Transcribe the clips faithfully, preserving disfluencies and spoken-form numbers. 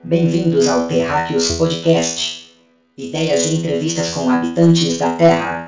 Bem-vindos ao Terráqueos Podcast. Ideias e entrevistas com habitantes da Terra.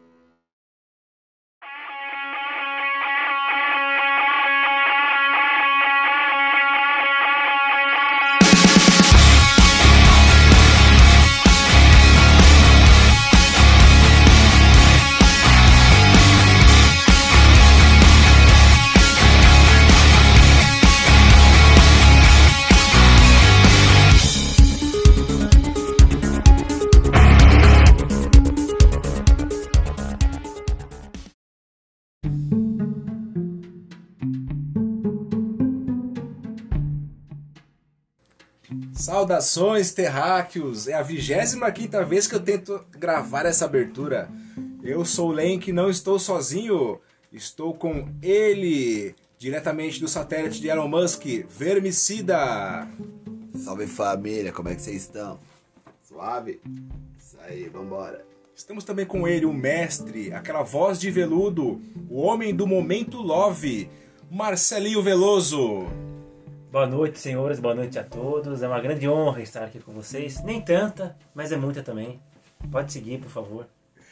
Saudações, terráqueos! É a vigésima quinta vez que eu tento gravar essa abertura. Eu sou o Lenk e não estou sozinho. Estou com ele, diretamente do satélite de Elon Musk, Vermicida. Salve família, como é que vocês estão? Suave? Isso aí, vambora. Estamos também com ele, o mestre, aquela voz de veludo, o homem do momento love, Marcelinho Veloso. Boa noite, senhores, boa noite a todos. É uma grande honra estar aqui com vocês. Nem tanta, mas é muita também. Pode seguir, por favor.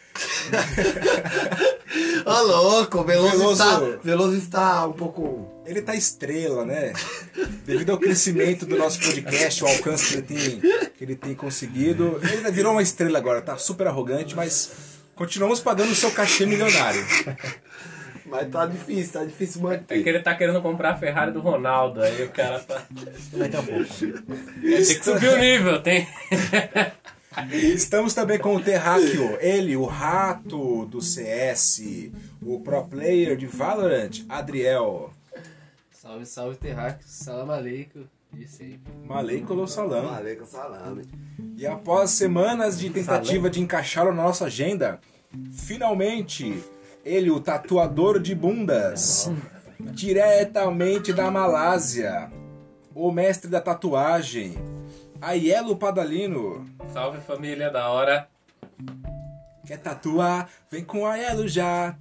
Ô louco, Veloso, Veloso. Está, Veloso está um pouco... Ele tá estrela, né? Devido ao crescimento do nosso podcast, o alcance que ele tem, que ele tem conseguido. Ele virou uma estrela agora, tá super arrogante, mas continuamos pagando o seu cachê milionário. Mas tá difícil, tá difícil manter. É que ele tá querendo comprar a Ferrari do Ronaldo, aí o cara tá... Vai ter um pouco. Tem que subir o nível, tem... Estamos também com o Terráqueo, ele, o rato do C S, o pro player de Valorant, Adriel. Salve, salve, terráqueos. Salam aleikum. Isso aí. Maleico salam. Valeu com salame. E após semanas de tentativa de encaixá-lo na nossa agenda, finalmente, ele, o tatuador de bundas, diretamente da Malásia, o mestre da tatuagem, Aiello Padalino. Salve, família, da hora. Quer tatuar? Vem com o Aiello já.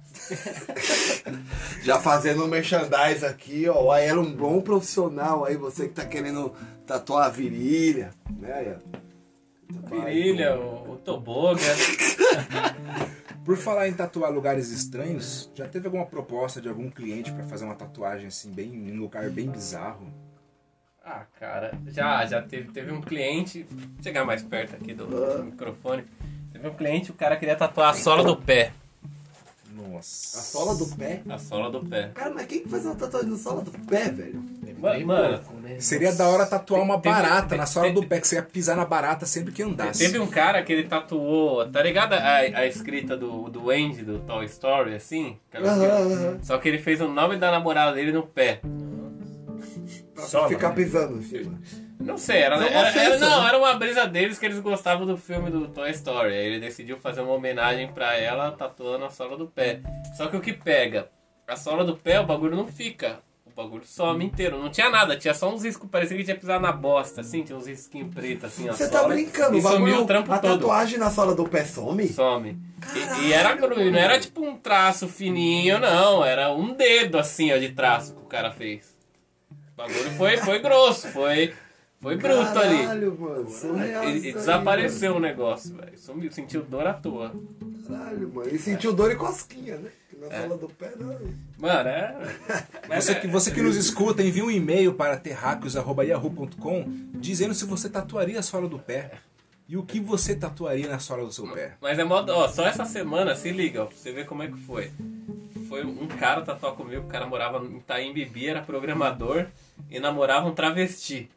Já fazendo um merchandise aqui, ó. O Aiello é um bom profissional aí, você que tá querendo tatuar a virilha, né, Aiello? Virilha, o, o toboga. Por falar em tatuar lugares estranhos, já teve alguma proposta de algum cliente pra fazer uma tatuagem assim, bem, em um lugar bem bizarro? Ah, cara, já, já teve, teve um cliente... Vou chegar mais perto aqui do, do microfone. Teve um cliente, o cara queria tatuar a sola do pé. Nossa. A sola do pé? A sola do pé. Cara, mas quem que faz uma tatuagem na sola do pé, velho? Mano, mano, Seria da hora tatuar uma Teve- barata teve- na sola teve- do pé, que você ia pisar na barata sempre que andasse. teve um cara que ele tatuou... Tá ligado a, a escrita do, do Andy, do Toy Story, assim? Aquela Aham, escrita? aham. Só que ele fez o nome da namorada dele no pé. Pra Sola, ficar né? pisando em cima. Não sei, era, Não é uma era, era- ofensa, não, né? era uma brisa deles que eles gostavam do filme do Toy Story. Aí ele decidiu fazer uma homenagem pra ela tatuando a sola do pé. Só que o que pega? A sola do pé, o bagulho não fica. O bagulho some inteiro. Não tinha nada, tinha só uns riscos, parecia que tinha pisado na bosta, assim, tinha uns risquinhos pretos assim, a Você sola. tá brincando, E o bagulho, sumiu o trampo a todo. tatuagem na sola do pé some? Some. E, e era grudo, não era tipo um traço fininho, não. Era um dedo assim, ó, de traço que o cara fez. O bagulho foi, foi grosso, foi, foi bruto ali. Caralho, mano, surreal E, isso e aí, desapareceu o negócio, velho. Sumiu, sentiu dor à toa. mano. Caralho, mano. E sentiu dor e cosquinha, né? Na sola do pé, não. Mano, é. Mas Você é- que, você que nos escuta, envia um e-mail para terráqueos arroba yahoo ponto com dizendo se você tatuaria a sola do pé e o que você tatuaria na sola do seu pé. Mas é modo, ó, só essa semana, se liga, ó, pra você ver como é que foi. Foi um cara tatuar comigo, o cara morava em Itaim Bibi, era programador e namorava um travesti.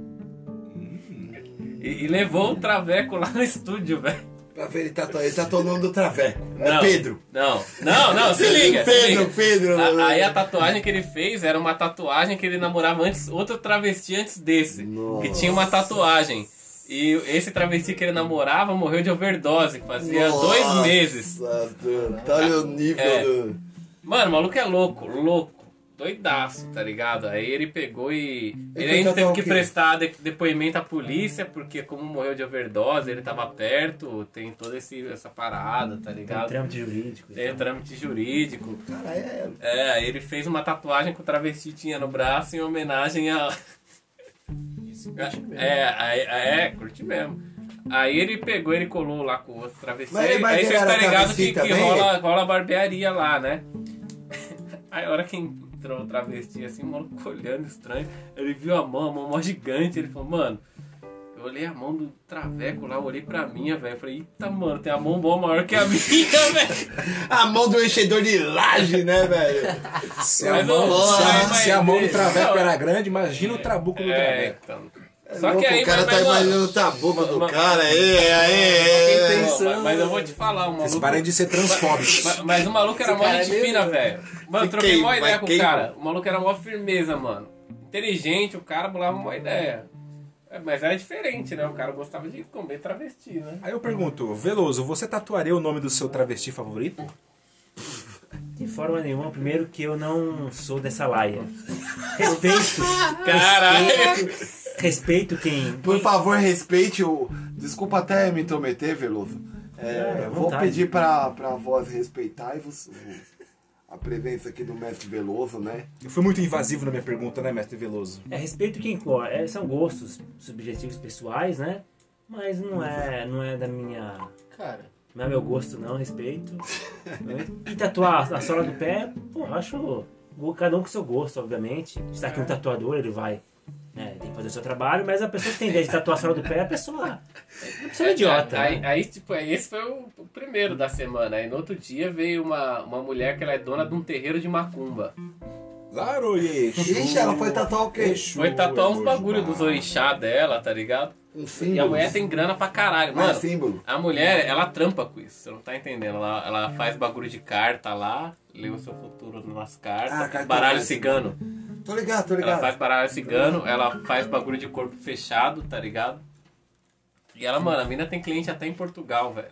E, e levou o traveco lá no estúdio, velho. Pra ver ele tatuar, ele tatuou o nome do traveco. É Não, Pedro. Não, não, não, se liga. se Pedro, liga. Pedro. A- aí a tatuagem que ele fez era uma tatuagem que ele namorava antes, outro travesti antes desse. Nossa. Que tinha uma tatuagem. E esse travesti que ele namorava morreu de overdose, fazia Nossa, dois meses. Deus, tá olha o nível É. do... Mano, o maluco é louco, louco. Doidaço, tá ligado? Aí ele pegou e... Ele foi ainda tatuar teve o que quê? prestar de- depoimento à polícia, porque como morreu de overdose, ele tava perto, tem toda esse, essa parada, tá Tem um ligado? trâmite jurídico. Tem o trâmite jurídico. Cara, é... É, aí ele fez uma tatuagem que o travesti tinha no braço em homenagem a... curte mesmo. É, aí- é, curte mesmo. Aí ele pegou, ele colou lá com o outro travesti. Mas ele- mas aí ele você era tá ligado travesti que, que também? rola, rola barbearia lá, né? Aí a hora que entrou o travesti assim, o maluco olhando estranho, ele viu a mão, a mão mó gigante, ele falou, mano, eu olhei a mão do traveco lá, eu olhei pra minha, velho, eu falei, eita, mano, tem a mão boa maior que a minha, velho. A mão do enchedor de laje, né, velho? Se a Mas mão, não, se a- mas- se a mão do mas- traveco não. era grande, imagina o trabuco do É, traveco. então... É Só louco, que aí, o cara mas- tá mas, mano, imaginando o tabuco do mas- cara, aí, aí, Quem aí. tem- Pô, mas, mas eu vou te falar, o Vocês maluco... parem de ser transfóbicos. Mas, mas o maluco era Esse mó cara é gente meio fina, doido. velho. Mano, eu troquei Quem? mó ideia Mas com quem? o cara. O maluco era mó firmeza, mano. Inteligente, o cara bolava uma ideia. É, mas era diferente, né? O cara gostava de comer travesti, né? Aí eu pergunto, Veloso, você tatuaria o nome do seu travesti favorito? De forma nenhuma, primeiro que eu não sou dessa laia. Respeito. Caralho! Respeito, respeito quem. Por favor, respeite o. Desculpa até me intrometer, Veloso. É, É, à vou vontade. pedir pra, pra voz respeitar e você, a presença aqui do mestre Veloso, né? Eu fui muito invasivo na minha pergunta, né, mestre Veloso? É, respeito quem co- é, são gostos subjetivos pessoais, né? Mas não é, não é da minha. Cara, Não é meu gosto, não, respeito. E tatuar a sola do pé, pô, eu acho. Cada um com seu gosto, obviamente. Está aqui um tatuador, ele vai. Né, tem que fazer o seu trabalho, mas a pessoa que tem ideia de tatuar a sola do pé, a pessoa. A pessoa é idiota. Aí, né? aí, tipo, esse foi o, o primeiro da semana. Aí no outro dia veio uma, uma mulher que ela é dona de um terreiro de macumba. Laroye, Ixi, ela foi tatuar o quê? Foi tatuar uns bagulho dos orixá dela, tá ligado? Um E a símbolo. mulher tem grana pra caralho. Não é Mano, símbolo. a mulher, ela trampa com isso, você não tá entendendo. Ela, ela faz bagulho de carta lá, lê o seu futuro nas cartas, Ah, cartão baralho mesmo. cigano. Tô ligado, tô Ela ligado. faz baralho cigano, ela faz bagulho de corpo fechado, tá ligado? E ela, mano, a mina tem cliente até em Portugal, velho.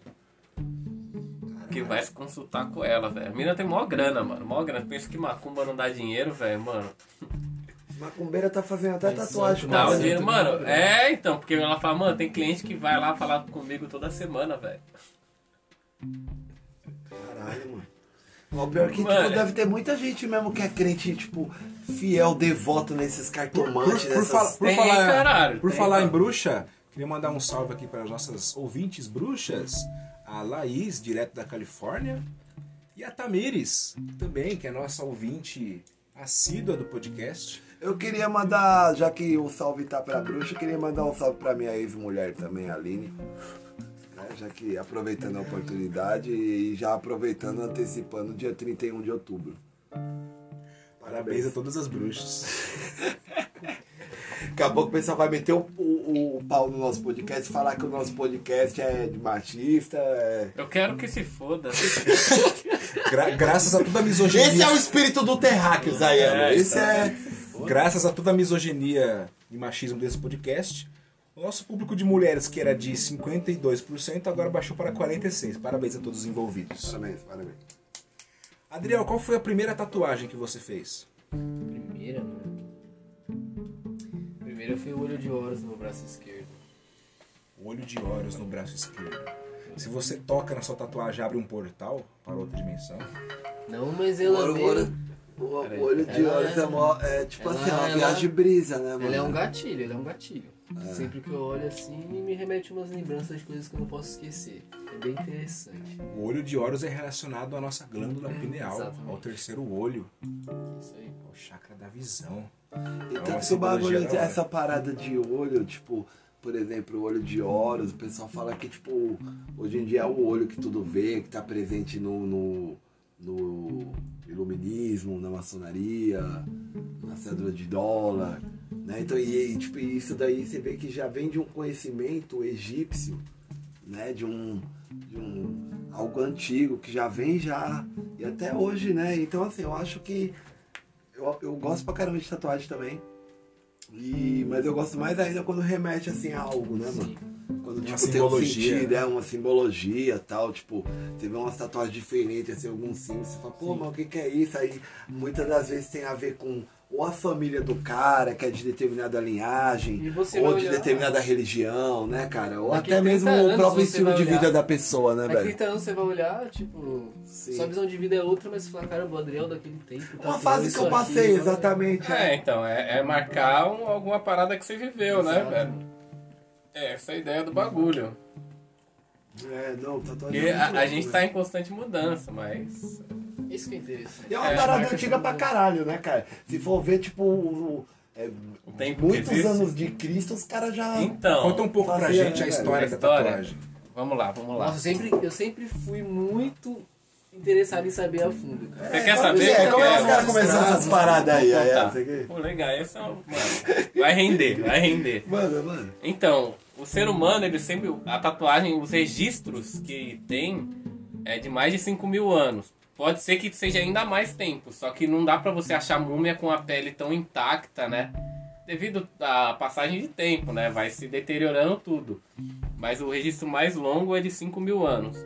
Que vai se consultar com ela, velho. A mina tem mó grana, mano, mó grana. Pensa que macumba não dá dinheiro, velho, mano. Macumbeira tá fazendo até tatuagem com Dá o ela. dinheiro, mano. É, então, porque ela fala, mano, tem cliente que vai lá falar comigo toda semana, velho. Caralho, mano. O pior que, Mano. tipo, deve ter muita gente mesmo que é crente, tipo, fiel, devoto nesses cartomantes, Por, por, nessas... fala- por Tem, falar, caralho, por tem, falar em mano. bruxa, queria mandar um salve aqui para as nossas ouvintes bruxas, a Laís, direto da Califórnia, e a Tamires, também, que é nossa ouvinte assídua do podcast. Eu queria mandar, já que o salve tá pra bruxa, eu queria mandar um salve pra minha ex-mulher também, a Aline. Né, já que aproveitando a oportunidade e já aproveitando, antecipando dia trinta e um de outubro. Parabéns a todas as bruxas. Daqui a pouco o pessoal vai meter o, o, o pau no nosso podcast, falar que o nosso podcast é de machista. É... Eu quero que se foda. Gra- graças a toda a misoginia. Esse é o espírito do terráqueo, Zayano. É, Esse é... Graças a toda a misoginia e machismo desse podcast, o nosso público de mulheres, que era de cinquenta e dois por cento, agora baixou para quarenta e seis por cento. Parabéns a todos os envolvidos. Parabéns, parabéns. Adriel, qual foi a primeira tatuagem que você fez? primeira, mano. Primeira foi o olho de Horus no braço esquerdo. O olho de Horus no braço esquerdo. Se você toca na sua tatuagem, abre um portal para outra dimensão. Não, mas ela O meio... olho, o, o olho de Ela olhos é- é, mó- é tipo ela- assim, uma ela- viagem de brisa, né, mano? Ele é um gatilho, ele é um gatilho. Sempre que eu olho assim, me remete umas lembranças de coisas que eu não posso esquecer. É bem interessante. O olho de Horus é relacionado à nossa glândula pineal, Exatamente. ao terceiro olho, Isso aí. ao chakra da visão. E É uma tanto que o bagulho, simbologia da hora. essa parada de olho, tipo, por exemplo, o olho de Horus, o pessoal fala que, tipo, hoje em dia é o olho que tudo vê, que tá presente no, no, no iluminismo, na maçonaria, na cédula de dólar, né? Então, e, e, tipo, isso daí você vê que já vem de um conhecimento egípcio, né? De um, de um algo antigo que já vem já, e até hoje, né? Então, assim, eu acho que eu, eu gosto pra caramba de tatuagem também. E, mas eu gosto mais ainda quando remete assim a algo, né, mano? Quando Uma tipo, tem um simbologia. sentido, é uma simbologia e tal, tipo, você vê umas tatuagens diferentes, assim, alguns símbolos, você fala, pô, mas o que, que é isso? Aí muitas das vezes tem a ver com ou a família do cara, que é de determinada linhagem, E você ou vai de olhar- determinada religião, né, cara? Ou Daqui até a trinta mesmo o anos próprio você estilo vai de vida olhar- da pessoa, né, Daqui velho? trinta anos você vai olhar, tipo, Sim. sua visão de vida é outra, mas você fala, cara, o Adriel daquele tempo. Uma tatuou fase que isso eu aqui, passei, né? exatamente. É, então, é, é marcar um- alguma parada que você viveu, né, Exato. velho? É, essa é a ideia do bagulho. É, não, tatuagem Porque é muito a, a louco, gente né? tá em constante mudança, mas. Isso que é interessante. E é uma É, parada marca antiga de pra mudança. caralho, né, cara? Se for ver, tipo, o, é, O tempo muitos que existe. anos de Cristo, os caras já... Então, Conta um pouco pra Fazia, gente a né, história velho? da A história. tatuagem. vamos lá, vamos lá. Nossa, eu sempre, eu sempre fui muito interessado em saber a fundo, cara. Você quer como- saber? É, como é que Porque os caras é- começaram essas paradas aí? Vou aí contar. essa aqui? Pô, legal, esse é um... Mano, vai render, vai render. Mano, mano. Então, o ser humano, ele sempre... A tatuagem, os registros que tem é de mais de cinco mil anos. Pode ser que seja ainda mais tempo, só que não dá pra você achar múmia com a pele tão intacta, né? Devido à passagem de tempo, né? Vai se deteriorando tudo. Mas o registro mais longo é de cinco mil anos.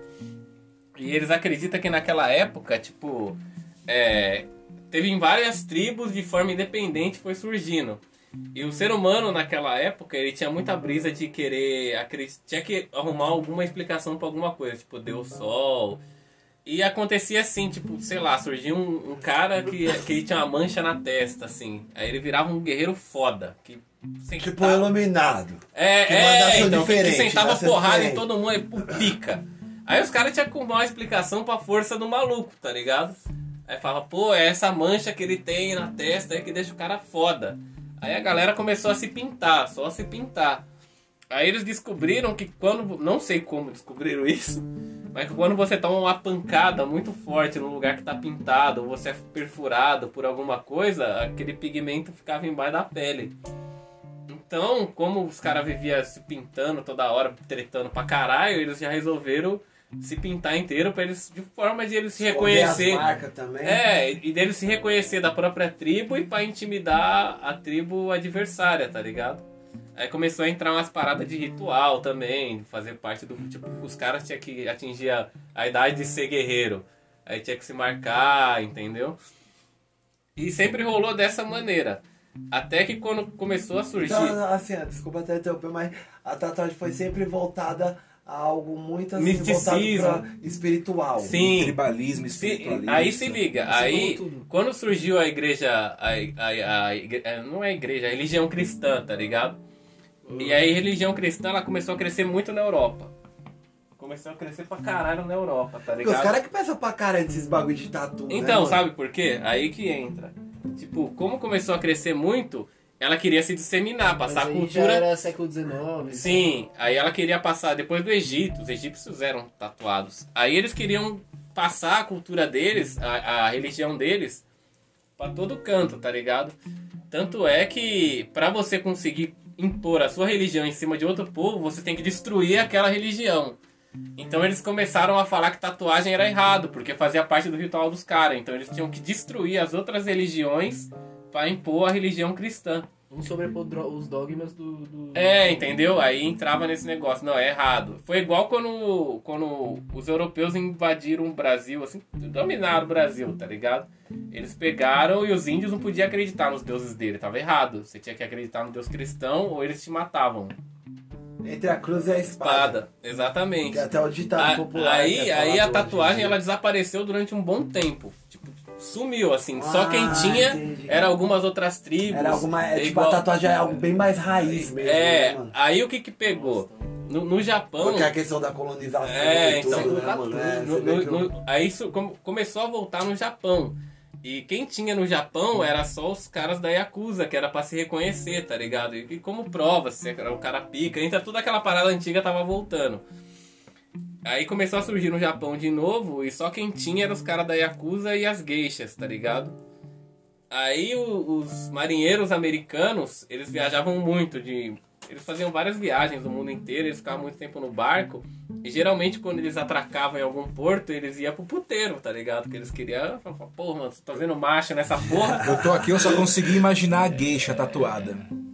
E eles acreditam que naquela época, tipo... É, teve em várias tribos de forma independente foi surgindo. E o ser humano naquela época, ele tinha muita brisa de querer acreditar, tinha que arrumar alguma explicação pra alguma coisa, tipo, Deus Sol. E acontecia assim, tipo, sei lá, surgia um, um cara que, que ele tinha uma mancha na testa, assim. Aí ele virava um guerreiro foda. Que Tipo, sentava- iluminado. é, Que uma nação é, então, que, que diferente, sentava nação porrada diferente. em todo mundo, aí, pô, pica. Aí os caras tinham que arrumar uma explicação pra força do maluco, tá ligado? Aí falava, pô, é essa mancha que ele tem na testa aí que deixa o cara foda. Aí a galera começou a se pintar, só a se pintar. Aí eles descobriram que quando... Não sei como descobriram isso, mas que quando você toma uma pancada muito forte no lugar que tá pintado, ou você é perfurado por alguma coisa, aquele pigmento ficava embaixo da pele. Então, como os caras viviam se pintando toda hora, tretando pra caralho, eles já resolveram se pintar inteiro pra eles, de forma de eles se reconhecer. As marcas também. É, e deles se reconhecer da própria tribo e pra intimidar a tribo adversária, tá ligado? Aí começou a entrar umas paradas de ritual também, fazer parte do... Tipo, os caras tinham que atingir a, a idade de ser guerreiro. Aí tinha que se marcar, entendeu? E sempre rolou dessa maneira. Até que quando começou a surgir... Então, assim, desculpa até interromper, mas a tatuagem foi sempre voltada a algo muito assim, Misticismo. voltado pra espiritual. Sim. Tribalismo, Se- espiritualismo. aí se liga, Você aí falou tudo. quando surgiu a igreja, a, a, a igre- é, não é igreja, a religião cristã, tá ligado? E aí a religião cristã ela começou a crescer muito na Europa. Começou a crescer pra caralho na Europa, tá Porque os ligado? caras que pensam pra caralho desses bagulho de tatu, né, Então, mano? sabe por quê? Aí que entra. Tipo, como começou a crescer muito, ela queria se disseminar, passar Mas a aí cultura... já era século dezenove. Sim, aí ela queria passar, depois do Egito, os egípcios eram tatuados. Aí eles queriam passar a cultura deles, a, a religião deles, pra todo canto, tá ligado? Tanto é que pra você conseguir impor a sua religião em cima de outro povo, você tem que destruir aquela religião. Então eles começaram a falar que tatuagem era errado, porque fazia parte do ritual dos caras. Então eles tinham que destruir as outras religiões pra impor a religião cristã. Um sobrepor dro- os dogmas do... do- É, entendeu? Aí entrava nesse negócio. Não, é errado. Foi igual quando, quando os europeus invadiram o Brasil, assim, dominaram o Brasil, tá ligado? Eles pegaram e os índios não podiam acreditar nos deuses dele. Tava errado. Você tinha que acreditar no deus cristão ou eles te matavam. Entre a cruz e a espada. Espada. Exatamente. Que é até o ditado A- popular. Aí, que é aí falado a hoje em tatuagem dia. ela desapareceu durante um bom tempo. Tipo, sumiu, assim. Só Ah, quem tinha entendi. era algumas outras tribos. Era alguma. É, tipo, igual- a tatuagem é algo bem mais raiz mesmo, É, né, mano? aí o que que pegou? No, no Japão... Porque a questão da colonização É, e tudo, então, né, mano? É, No- você vê no- que o- no- aí isso come- começou a voltar no Japão. E quem tinha no Japão era só os caras da Yakuza, que era pra se reconhecer, tá ligado? E, e como prova, se era o cara pica, então toda aquela parada antiga tava voltando. Aí começou a surgir no Japão de novo, e só quem tinha eram os caras da Yakuza e as geishas, tá ligado? Aí o- os marinheiros americanos, eles viajavam muito de... Eles faziam várias viagens do mundo inteiro, eles ficavam muito tempo no barco. E geralmente quando eles atracavam em algum porto, eles iam pro puteiro, tá ligado? Porque eles queriam... Porra, mano, você tá vendo marcha nessa porra? Eu tô aqui, eu só consegui imaginar a geisha tatuada.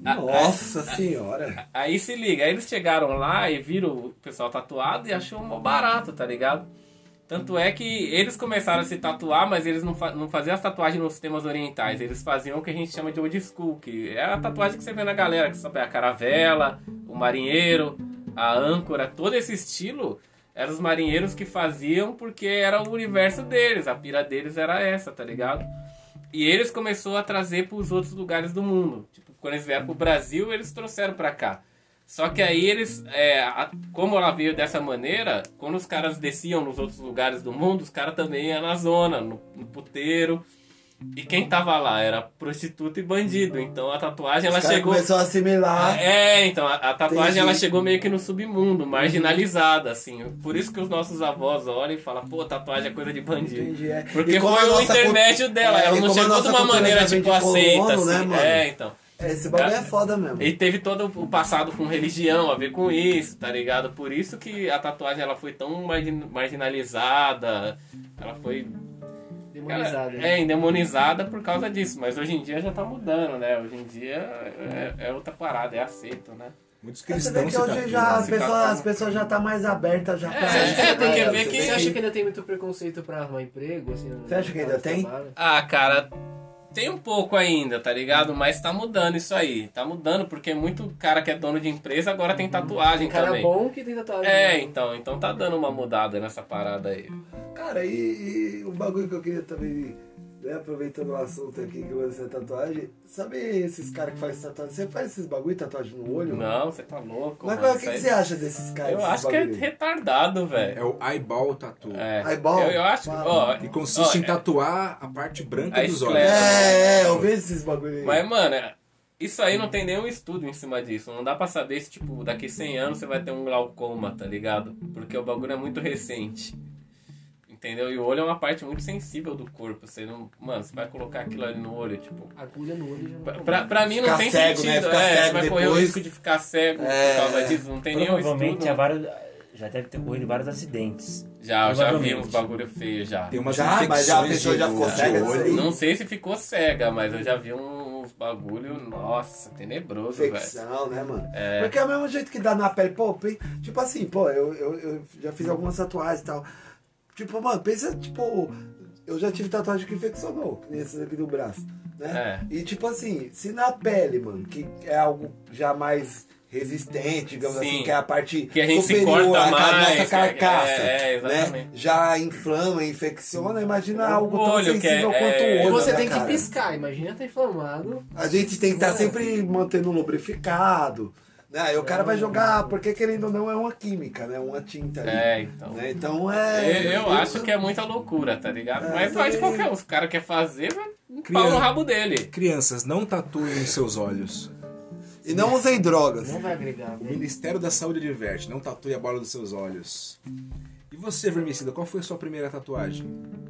Nossa senhora. Aí se liga, aí eles chegaram lá e viram o pessoal tatuado e achou mó barato, tá ligado? Tanto é que eles começaram a se tatuar, mas eles não, fa não faziam as tatuagens nos temas orientais. Eles faziam o que a gente chama de old school, que é a tatuagem que você vê na galera, que sabe, a caravela, o marinheiro, a âncora, todo esse estilo eram os marinheiros que faziam porque era o universo deles, a pira deles era essa, tá ligado? E eles começaram a trazer para os outros lugares do mundo. Tipo, quando eles vieram pro Brasil, eles trouxeram para cá. Só que aí eles, é, a, como ela veio dessa maneira, quando os caras desciam nos outros lugares do mundo, os caras também iam na zona, no, no puteiro. E quem tava lá era prostituta e bandido. Então a tatuagem ela Os caras chegou. começou a assimilar. É, então a, a tatuagem Entendi. ela chegou meio que no submundo, marginalizada, assim. Por isso que os nossos avós olham e falam, pô, tatuagem é coisa de bandido. Entendi, é. Porque E como foi a o nossa intermédio cult- dela, é, ela e não como a chegou de nossa uma cultura maneira já vem tipo de aceita, colono, assim. né, mano? É, então. Esse bagulho é foda mesmo. E teve todo o passado com religião a ver com isso, tá ligado? Por isso que a tatuagem ela foi tão margin- marginalizada, ela foi Demonizada. ela, né? é, endemonizada por causa disso. Mas hoje em dia já tá mudando, né? Hoje em dia é, é outra parada, é aceito, né? Muitos Você vê cristãos que se hoje tatuam, já né? as se pessoas, tatuam. as pessoas já tá mais abertas já pra É, isso. é, né, tem que cara? ver Você que- vê Você acha que ainda tem muito preconceito pra arrumar emprego? Assim, no Você acha que ainda mercado de tem? trabalho? Ah, cara, tem um pouco ainda, tá ligado? Mas tá mudando isso aí. Tá mudando porque muito cara que é dono de empresa agora tem tatuagem Tem cara também. bom que tem tatuagem. É, né? então, então tá dando uma mudada nessa parada aí. Cara, e, e um bagulho que eu queria também, né, aproveitando o assunto aqui que você é tatuagem, sabe esses caras que fazem tatuagem? Você faz esses bagulho, tatuagem no olho? Não, você tá louco. Mas mano, qual- o que, isso que aí- você acha desses caras? Eu desses acho que é bagulho aí? retardado, velho. É o eyeball tattoo. É. Eyeball? Eu, eu acho que, ó, Que consiste ó, em tatuar a parte branca a dos esclera. olhos. É, é, eu vejo esses bagulho aí. Mas, mano, é- isso aí não tem nenhum estudo em cima disso. Não dá pra saber se, tipo, daqui cem anos você vai ter um glaucoma, tá ligado? Porque o bagulho é muito recente. Entendeu? E o olho é uma parte muito sensível do corpo. Você não. Mano, você vai colocar aquilo ali no olho, tipo. Agulha no olho já não Pra, tá pra, pra mim não Ficar tem cego, né? sentido. Ficar É, cego você vai correr o depois. risco de ficar cego É. por causa disso. Não tem nenhum Provavelmente estudo. há vários, já deve ter ocorrido vários acidentes. Já, eu já vi Provavelmente. uns bagulho feio já. Tem umas Já, mas infecções já a pessoa de, já ficou de cega disso olho. aí? Não sei se ficou cega, mas eu já vi uns bagulho, nossa, tenebroso, velho. Infecção, né, mano? Porque é o mesmo jeito que dá na pele, pô, pe- tipo assim, pô, eu, eu, eu já fiz algumas tatuagens e tal. Tipo, mano, pensa, tipo, eu já tive tatuagem que infeccionou, que nem esse aqui do braço, né? É. E tipo assim, se na pele, mano, que é algo já mais resistente, digamos Sim. assim, que é a parte Que a gente se superior corta à ca- mais, nossa carcaça, é, é, né? exatamente. Já inflama, infecciona, imagina O algo tão olho, que é- sensível quanto é- o olho, Você né, tem que cara? piscar, imagina tá inflamado. A gente tem que estar Não. sempre mantendo lubrificado. Né? Aí o cara vai jogar, porque querendo ou não é uma química, né? Uma tinta ali. É, então. Né? Então é. Eu, eu acho que é muita loucura, tá ligado? É, Mas faz também. qualquer um. Os caras querem fazer, vai um pau Criança. no rabo dele. Crianças, não tatuem os seus olhos. E não usem drogas. Não vai agregar, O né? Ministério da Saúde adverte, não tatue a bola dos seus olhos. E você, Vermicida, qual foi a sua primeira tatuagem?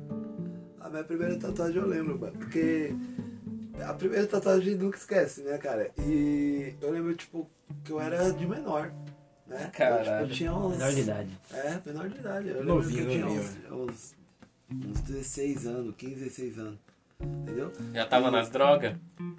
A minha primeira tatuagem eu lembro, mano, porque a primeira tatuagem a gente nunca esquece, né, cara? E eu lembro, tipo, que eu era de menor, né? Caralho. Eu, tipo, eu tinha uns... Menor de idade. É, menor de idade. Eu lembro Novinho, que eu tinha novinho. uns, uns, uns dezesseis anos, quinze, dezesseis anos. Entendeu? Já tava nas drogas?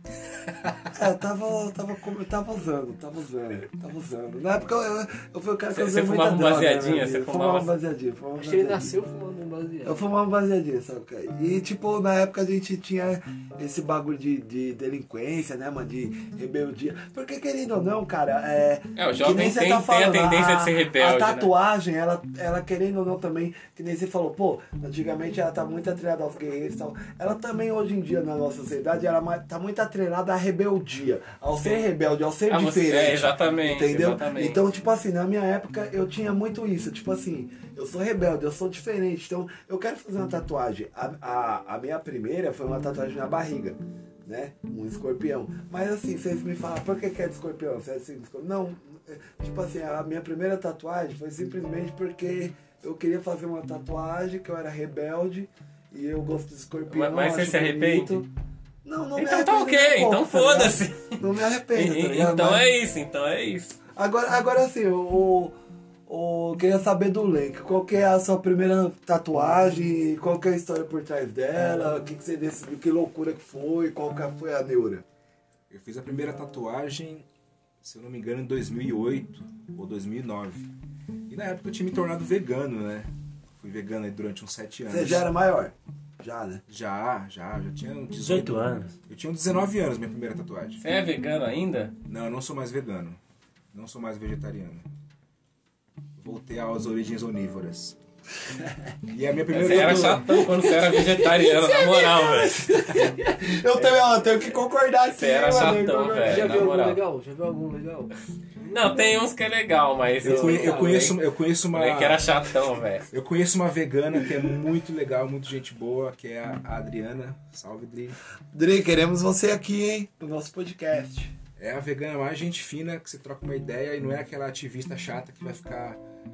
É, eu tava, eu tava, com- eu tava usando, tava usando, tava usando. Na época eu, eu, eu fui o cara que Você- usou você muita fumava um droga, né, baseadinho? minha Você vida. Eu fumava- fumava um baseadinho, fumava um Acho que ele baseadinho. nasceu fumando um baseado. Eu fumava um baseadinho, sabe, cara? E, tipo, na época a gente tinha esse bagulho de, de delinquência, né, mano? De rebeldia. Porque, querendo ou não, cara, é... É, o que jovem nem você tem- tá tem a falando, tendência de ser rebelde, A né? tatuagem, ela, ela, querendo ou não, também... Que nem você falou, pô, antigamente ela tá muito atrelada aos guerreiros e tal. Ela também, hoje em dia, na nossa sociedade, ela ma- tá muito atrelada à rebeldia. Ao ser rebelde, ao ser Ah, você- diferente. é, exatamente, Entendeu? exatamente. Então, tipo assim, na minha época eu tinha muito isso. Tipo assim, eu sou rebelde, eu sou diferente. Então, eu quero fazer uma tatuagem. A, a, a minha primeira foi uma tatuagem na barriga, né? Um escorpião. Mas assim, vocês me falam, por que que é de escorpião? Você é assim, de escorpião? Não, é, tipo assim, a minha primeira tatuagem foi simplesmente porque eu queria fazer uma tatuagem, que eu era rebelde e eu gosto de escorpião. Mas- mas você acho se arrepende? bonito. Não, não me Então tá arrependo ok, nem um então pouco, tá ligado? foda-se. Não me arrependo, tá E- ligado? Então Mas- é isso, então é isso. Agora, agora assim, o, o, queria saber do Lenk, qual que é a sua primeira tatuagem, qual que é a história por trás dela, o que, que você decidiu, que loucura que foi, qual que foi a neura? Eu fiz a primeira tatuagem, se eu não me engano, em dois mil e oito ou dois mil e nove. E na época eu tinha me tornado vegano, né? Fui vegano aí durante uns sete anos. Você já era maior? Já, né? Já, já, já tinha dezoito, dezoito anos. Eu tinha uns dezenove anos, minha primeira tatuagem. Você é vegano ainda? Não, eu não sou mais vegano. Não sou mais vegetariano. Voltei às origens onívoras. E a minha primeira Você era tatuagem... chatão quando você era vegetariano, na moral, velho. Eu tenho, eu tenho que concordar Você era chatão, velho, Já na viu algum moral. legal? Já viu algum legal? Não, tem uns que é legal, mas... Eu, conhe- eu conheço, eu conheço uma... Falei que era chatão, velho. Eu conheço uma vegana que é muito legal, muito gente boa, que é a Adriana. Salve, Dri. Dri, queremos você aqui, hein? No nosso podcast. É a vegana mais gente fina, que você troca uma ideia e não é aquela ativista chata que vai ficar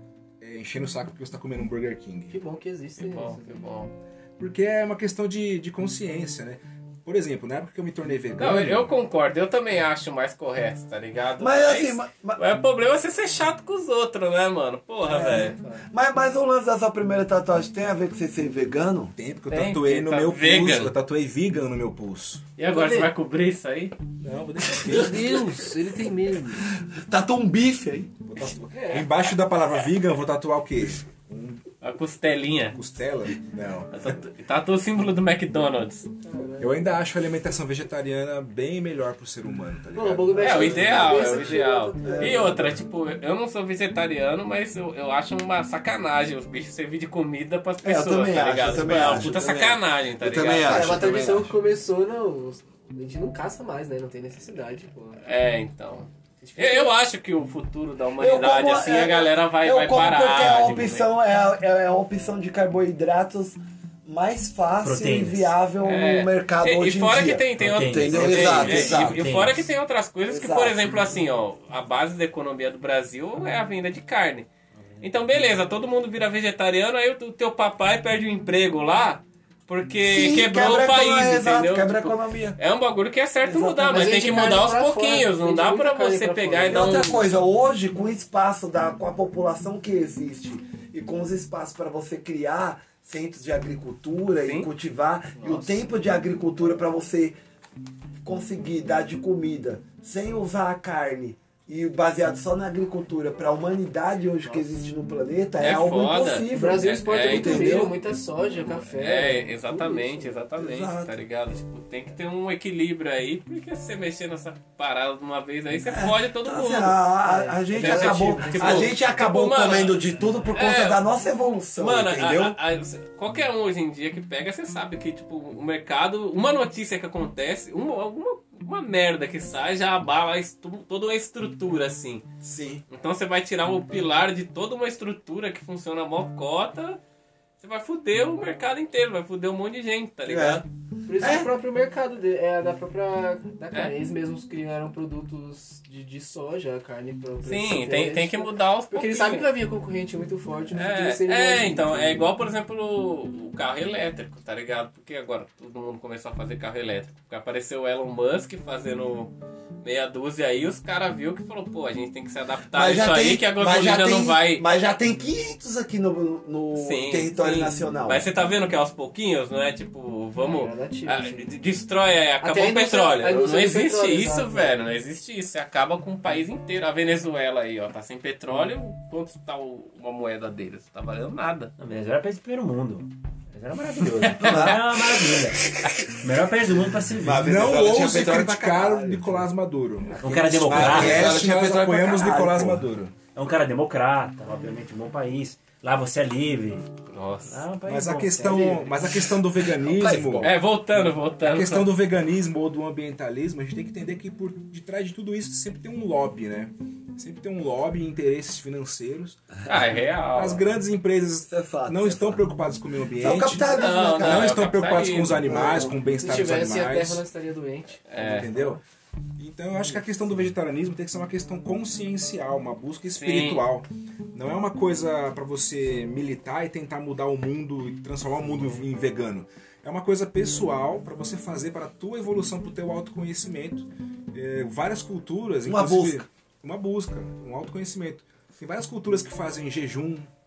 é, enchendo o saco porque você tá comendo um Burger King. Que bom que existe Que bom, isso. que bom. Porque é uma questão de, de consciência, né? Por exemplo, na época que eu me tornei vegano... Não, eu concordo, eu também acho mais correto, tá ligado? Mas assim, ma- ma- mas o problema é você ser chato com os outros, né, mano? Porra, velho. Mas, mas o lance da sua primeira tatuagem tem a ver com você ser vegano? Tem, porque eu Tem, tatuei tem, no tá meu vegan. pulso. Eu tatuei vegan no meu pulso. E agora você vai cobrir isso aí? Não, vou deixar Meu aqui. Deus, ele tem medo. Tatua um bife aí. Vou tatuar. Embaixo da palavra vegan, eu vou tatuar o quê? Um A costelinha. costela? Não. Tatua o símbolo do McDonald's. Eu ainda acho a alimentação vegetariana bem melhor pro ser humano, tá Não, o ligado? bagulho vai É o ser- ideal, é vai o ser ideal. chato. E outra, tipo, eu não sou vegetariano, mas eu, eu acho uma sacanagem os bichos servir de comida pras É, eu pessoas, também tá acho, ligado? eu também Tipo, é uma acho, puta eu também sacanagem, tá Eu ligado? também Ah, acho. é uma tradição também que começou, não. A gente não caça mais, né? Não tem necessidade, pô. É, então. Eu, eu acho que o futuro da humanidade, como- assim, é, a galera vai, eu vai como parar. porque é a de opção, é a, é a opção de carboidratos mais fácil Proteínas. e viável É. no mercado e, hoje e fora em dia. que tem, tem Proteínas. outras. Entendeu? Exato, exato. E, e fora que tem outras coisas que, por Exato. exemplo, assim, ó, a base da economia do Brasil é a venda de carne. Então, beleza, todo mundo vira vegetariano, aí o teu papai perde o emprego lá porque Sim, quebrou quebra o a país, economia, exato, entendeu? quebra a Tipo, economia. é um bagulho que é certo Exatamente. mudar, mas Mas tem vende que carne mudar aos pra fora, pouquinhos. Não vende dá muita pra carne você pra pegar fora. e E dar um... outra coisa, hoje, com o espaço, da, com a população que existe e com os espaços para você criar centros de agricultura Sim. e cultivar, e o tempo de agricultura para você conseguir dar de comida sem usar a carne e baseado só na agricultura para a humanidade hoje que existe no planeta é, É algo foda. impossível. O Brasil É, exporta é, muito entendeu? milho, muita soja, café. É, tudo exatamente, isso. exatamente, Exato. tá ligado? Tipo, tem que ter um equilíbrio aí, porque se você mexer nessa parada de uma vez aí, você fode todo Então, mundo. assim, a, a- a gente É, acabou, tipo, a gente acabou tipo, mano, comendo de tudo por conta é, da nossa evolução, Mano, a- entendeu? a- a- qualquer um hoje em dia que pega, você sabe que, tipo, o mercado, uma notícia que acontece, uma, alguma uma merda que sai, já abala a estu- toda uma estrutura, assim. Sim. Então você vai tirar o pilar de toda uma estrutura que funciona mocota, você vai foder o mercado inteiro, vai foder um monte de gente, tá ligado? Por isso É. que o próprio mercado de, é da própria da carne. É. Eles mesmos criaram produtos de, de soja, carne pra, pra Sim, esse tem, teste. tem que mudar aos Porque eles pouquinhos. sabem que vai vir concorrente muito forte no futuro. É, sem é, longe, então, é entendeu? igual, por exemplo, o, o carro elétrico, tá ligado? Porque agora todo mundo começou a fazer carro elétrico. Porque apareceu o Elon Musk fazendo meia dúzia aí, os caras viu que falou, pô, a gente tem que se adaptar a isso aí, que a mas gasolina já não tem- vai... Mas já tem quinhentos aqui no, no Sim, território sim. nacional. Mas você tá vendo que é aos pouquinhos, não é tipo, vamos... É gradativo, ah, sim. d- destrói, é, acabou Até a o indústria- petróleo. a Não indústria do existe petróleo, isso, exato. velho, não existe isso. Você acaba com o país inteiro. A Venezuela aí, ó, tá sem petróleo, quanto tá o- uma moeda deles? Tá valendo nada. Não, Venezuela é país do primeiro mundo. Venezuela é maravilhoso. Venezuela é uma maravilha. Melhor país do mundo pra se Mas viver. Não Venezuela tinha ouse petróleo pra criticar o caralho. Nicolás Maduro. Um cara Mas democrata. Venezuela Nós tinha petróleo pra apoiamos caralho, Nicolás pô. Maduro. É um cara democrata, obviamente, um bom país. Lá você é livre. Nossa. Lá é um país Mas a bom. questão, mas a questão do veganismo, É, voltando, voltando. a questão do veganismo ou do ambientalismo, a gente tem que entender que por detrás de tudo isso sempre tem um lobby, né? Sempre tem um lobby, interesses financeiros. Ah, é real. As grandes empresas Isso é fato, não isso é estão fato. preocupadas com o meio É o ambiente, capitalismo, Não, né, não, cara? não é o estão preocupados com os capitalismo. animais, com o Se bem-estar dos tivesse a terra, animais. nós estaria doente. É. Entendeu? Então eu acho que a questão do vegetarianismo tem que ser uma questão consciencial, uma busca espiritual. Não é uma coisa pra você militar e tentar mudar o mundo e transformar o mundo em vegano. É uma coisa pessoal pra você fazer para a tua evolução, para o teu autoconhecimento. É, várias culturas, Uma inclusive, busca. uma busca, um autoconhecimento. Tem várias culturas que fazem jejum,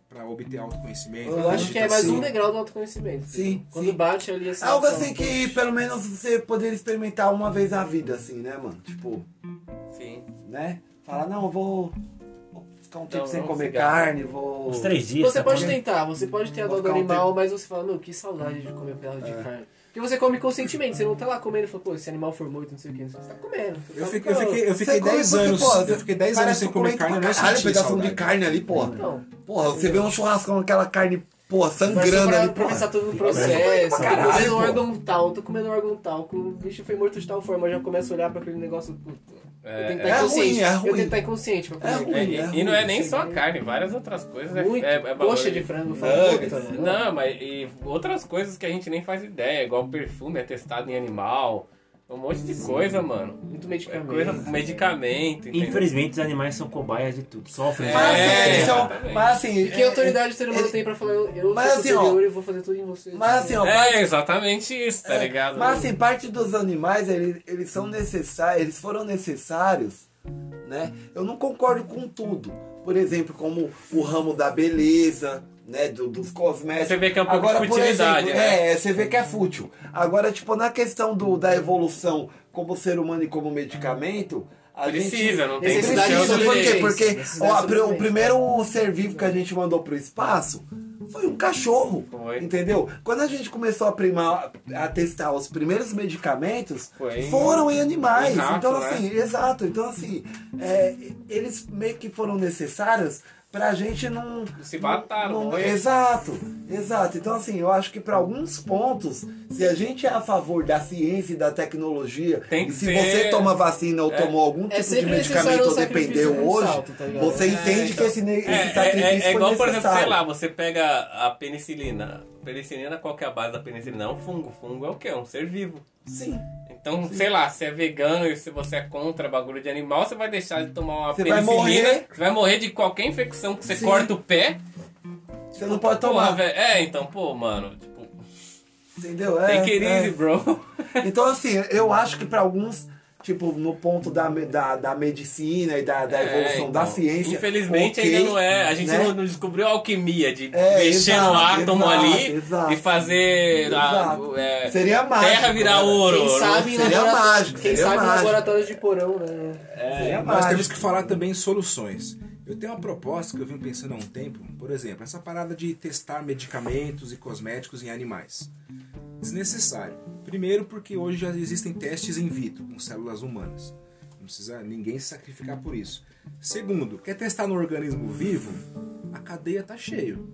pra obter autoconhecimento. Eu acho que é mais um Sim. degrau do autoconhecimento. Sim, Quando sim. bate ali assim. Algo fala, assim que "Poxa, pelo menos você poderia experimentar uma vez na vida, assim, né, mano? Tipo, Sim. né? Falar, não, eu vou, vou ficar um tempo Então, sem vamos comer cigarro. carne, vou... Uns três dias. Você tá pode bom? tentar, você pode ter a Vou dor do ficar um animal, mas você fala, meu, que saudade de comer um pedaço de É. carne. Porque você come conscientemente, você não tá lá comendo e fala, pô, esse animal for morto, não sei o que, você tá comendo. Você Eu tá fiquei, eu fiquei, eu Você fiquei come dez porque, anos, pô, eu fiquei dez anos parece sem comer carne, eu não caralho, senti pedaço de saudade. carne ali, porra. Então, Porra, você vê um churrasco com aquela carne, porra, vai sangrando sobrar ali, pra porra. pensar tudo no Fica processo, pra tô caralho, comendo um pô. órgão tal, tô comendo um órgão tal, que o bicho foi morto de tal forma, eu já começo a olhar pra aquele negócio, puta. É, Eu tenho que é estar ruim, inconsciente. é Eu ruim. tenho que estar inconsciente pra É comer. ruim. É, e, e não é nem Sim. só a carne, várias outras coisas. é- Muito. É, é, bagulho Coxa de frango, fala, Nuggets. puta, mano. Não, mas e outras coisas que a gente nem faz ideia, igual perfume é testado em animal, um monte de coisa, mano. Muito É medicamento. coisa, medicamento, entendeu? Infelizmente os animais são cobaias de tudo. Sofrem. É, Mas assim, eles são, exatamente. mas assim... E que autoridade o ser humano ele- tem pra falar, eu, eu Mas sou assim, superior ó, e vou fazer tudo em você. Mas assim, ó, É exatamente isso, tá É, ligado? Mas assim, parte dos animais, eles, eles são necessários, eles foram necessários, né? Eu não concordo com tudo. Por exemplo, como o ramo da beleza, né? Do, dos cosméticos. Você vê que é um pouco Agora, de por futilidade, exemplo, né? É, você vê que é fútil. Agora, tipo, na questão do, da evolução como ser humano e como medicamento, a Precisa, gente... não tem Necessidade como de ser Precisa, por quê? sobrevivência. Porque Necessidade ó, de a pri- o sobrevivência. primeiro ser vivo que a gente mandou pro espaço foi um cachorro. Foi. Entendeu? Quando a gente começou a, primar, a testar os primeiros medicamentos, Foi em- foram em animais. em rato, então, né? assim, exato. Então, assim, é, eles meio que foram necessários pra gente não. Se matar, não, não foi? Exato, exato. Então, assim, eu acho que para alguns pontos, se a gente é a favor da ciência e da tecnologia, Tem que e se ser- você toma vacina ou É. tomou algum É tipo de sempre necessário medicamento um ou sacrifício dependeu com hoje, salto, tá ligado? você É, entende que esse, ne- É, esse é, sacrifício é, é foi igual, por exemplo, necessário. sei lá, você pega a penicilina. Penicilina, qual que é a base da penicilina? É um fungo. Fungo é o quê? É um ser vivo. Sim. Então, sei lá, se é vegano e se você é contra bagulho de animal, você vai deixar de tomar uma Você vai penicilina. morrer. Você vai morrer de qualquer infecção que você Sim. corta o pé. Você não pode Porra, tomar. velho. É, então, pô, mano, tipo, Entendeu? É, take it é. easy, bro. Então, assim, eu acho que para alguns, tipo, no ponto da, me- da, da medicina e da, da É, evolução então, da ciência. Infelizmente ok, ainda não é. A gente né? não, não descobriu a alquimia de É, mexer exato, no átomo exato, ali exato. e fazer a- Exato. é, Seria mágico. terra virar né? ouro. Quem sabe, em Seria laboratório- mágico, quem seria sabe em mágico. laboratórios de porão, né? Seria Nós mágico. temos que falar também em soluções. Eu tenho uma proposta que eu venho pensando há um tempo, por exemplo, essa parada de testar medicamentos e cosméticos em animais. Desnecessário. Primeiro porque hoje já existem testes in vitro com células humanas. Não precisa ninguém se sacrificar por isso. Segundo, quer testar no organismo vivo? A cadeia tá cheio.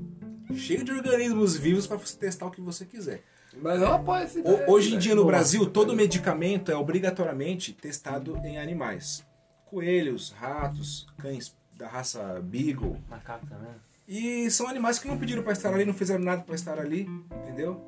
Cheio de organismos vivos para você testar o que você quiser. Mas eu apoio esse O- Hoje em dia no Brasil, todo medicamento é obrigatoriamente testado em animais. Coelhos, ratos, cães da raça Beagle. Macaco também. E são animais que não pediram para estar ali, não fizeram nada para estar ali, entendeu?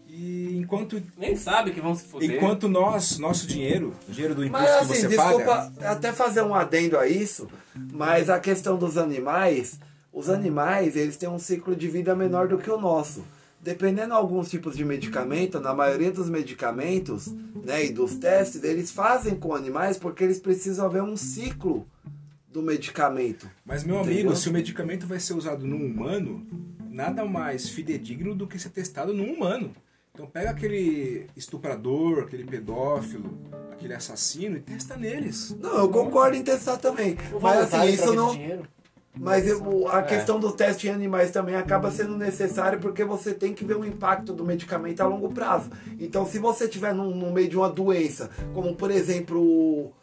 E enquanto, Nem sabe que vão se fuder. enquanto nós, nosso dinheiro, o dinheiro do imposto Mas que assim, você desculpa paga... até fazer um adendo a isso, mas a questão dos animais, os animais, eles têm um ciclo de vida menor do que o nosso. Dependendo de alguns tipos de medicamento, na maioria dos medicamentos, né, e dos testes, eles fazem com animais porque eles precisam haver um ciclo do medicamento. Mas, meu Entendeu? amigo, se o medicamento vai ser usado num humano, nada mais fidedigno do que ser testado num humano. Então pega aquele estuprador, aquele pedófilo, aquele assassino e testa neles. Não, eu concordo em testar também. O Mas voluntário assim, isso troca de não. dinheiro. Mas eu- a É. questão do teste em animais também acaba sendo necessário porque você tem que ver o impacto do medicamento a longo prazo. Então, se você estiver no, no meio de uma doença, como por exemplo o,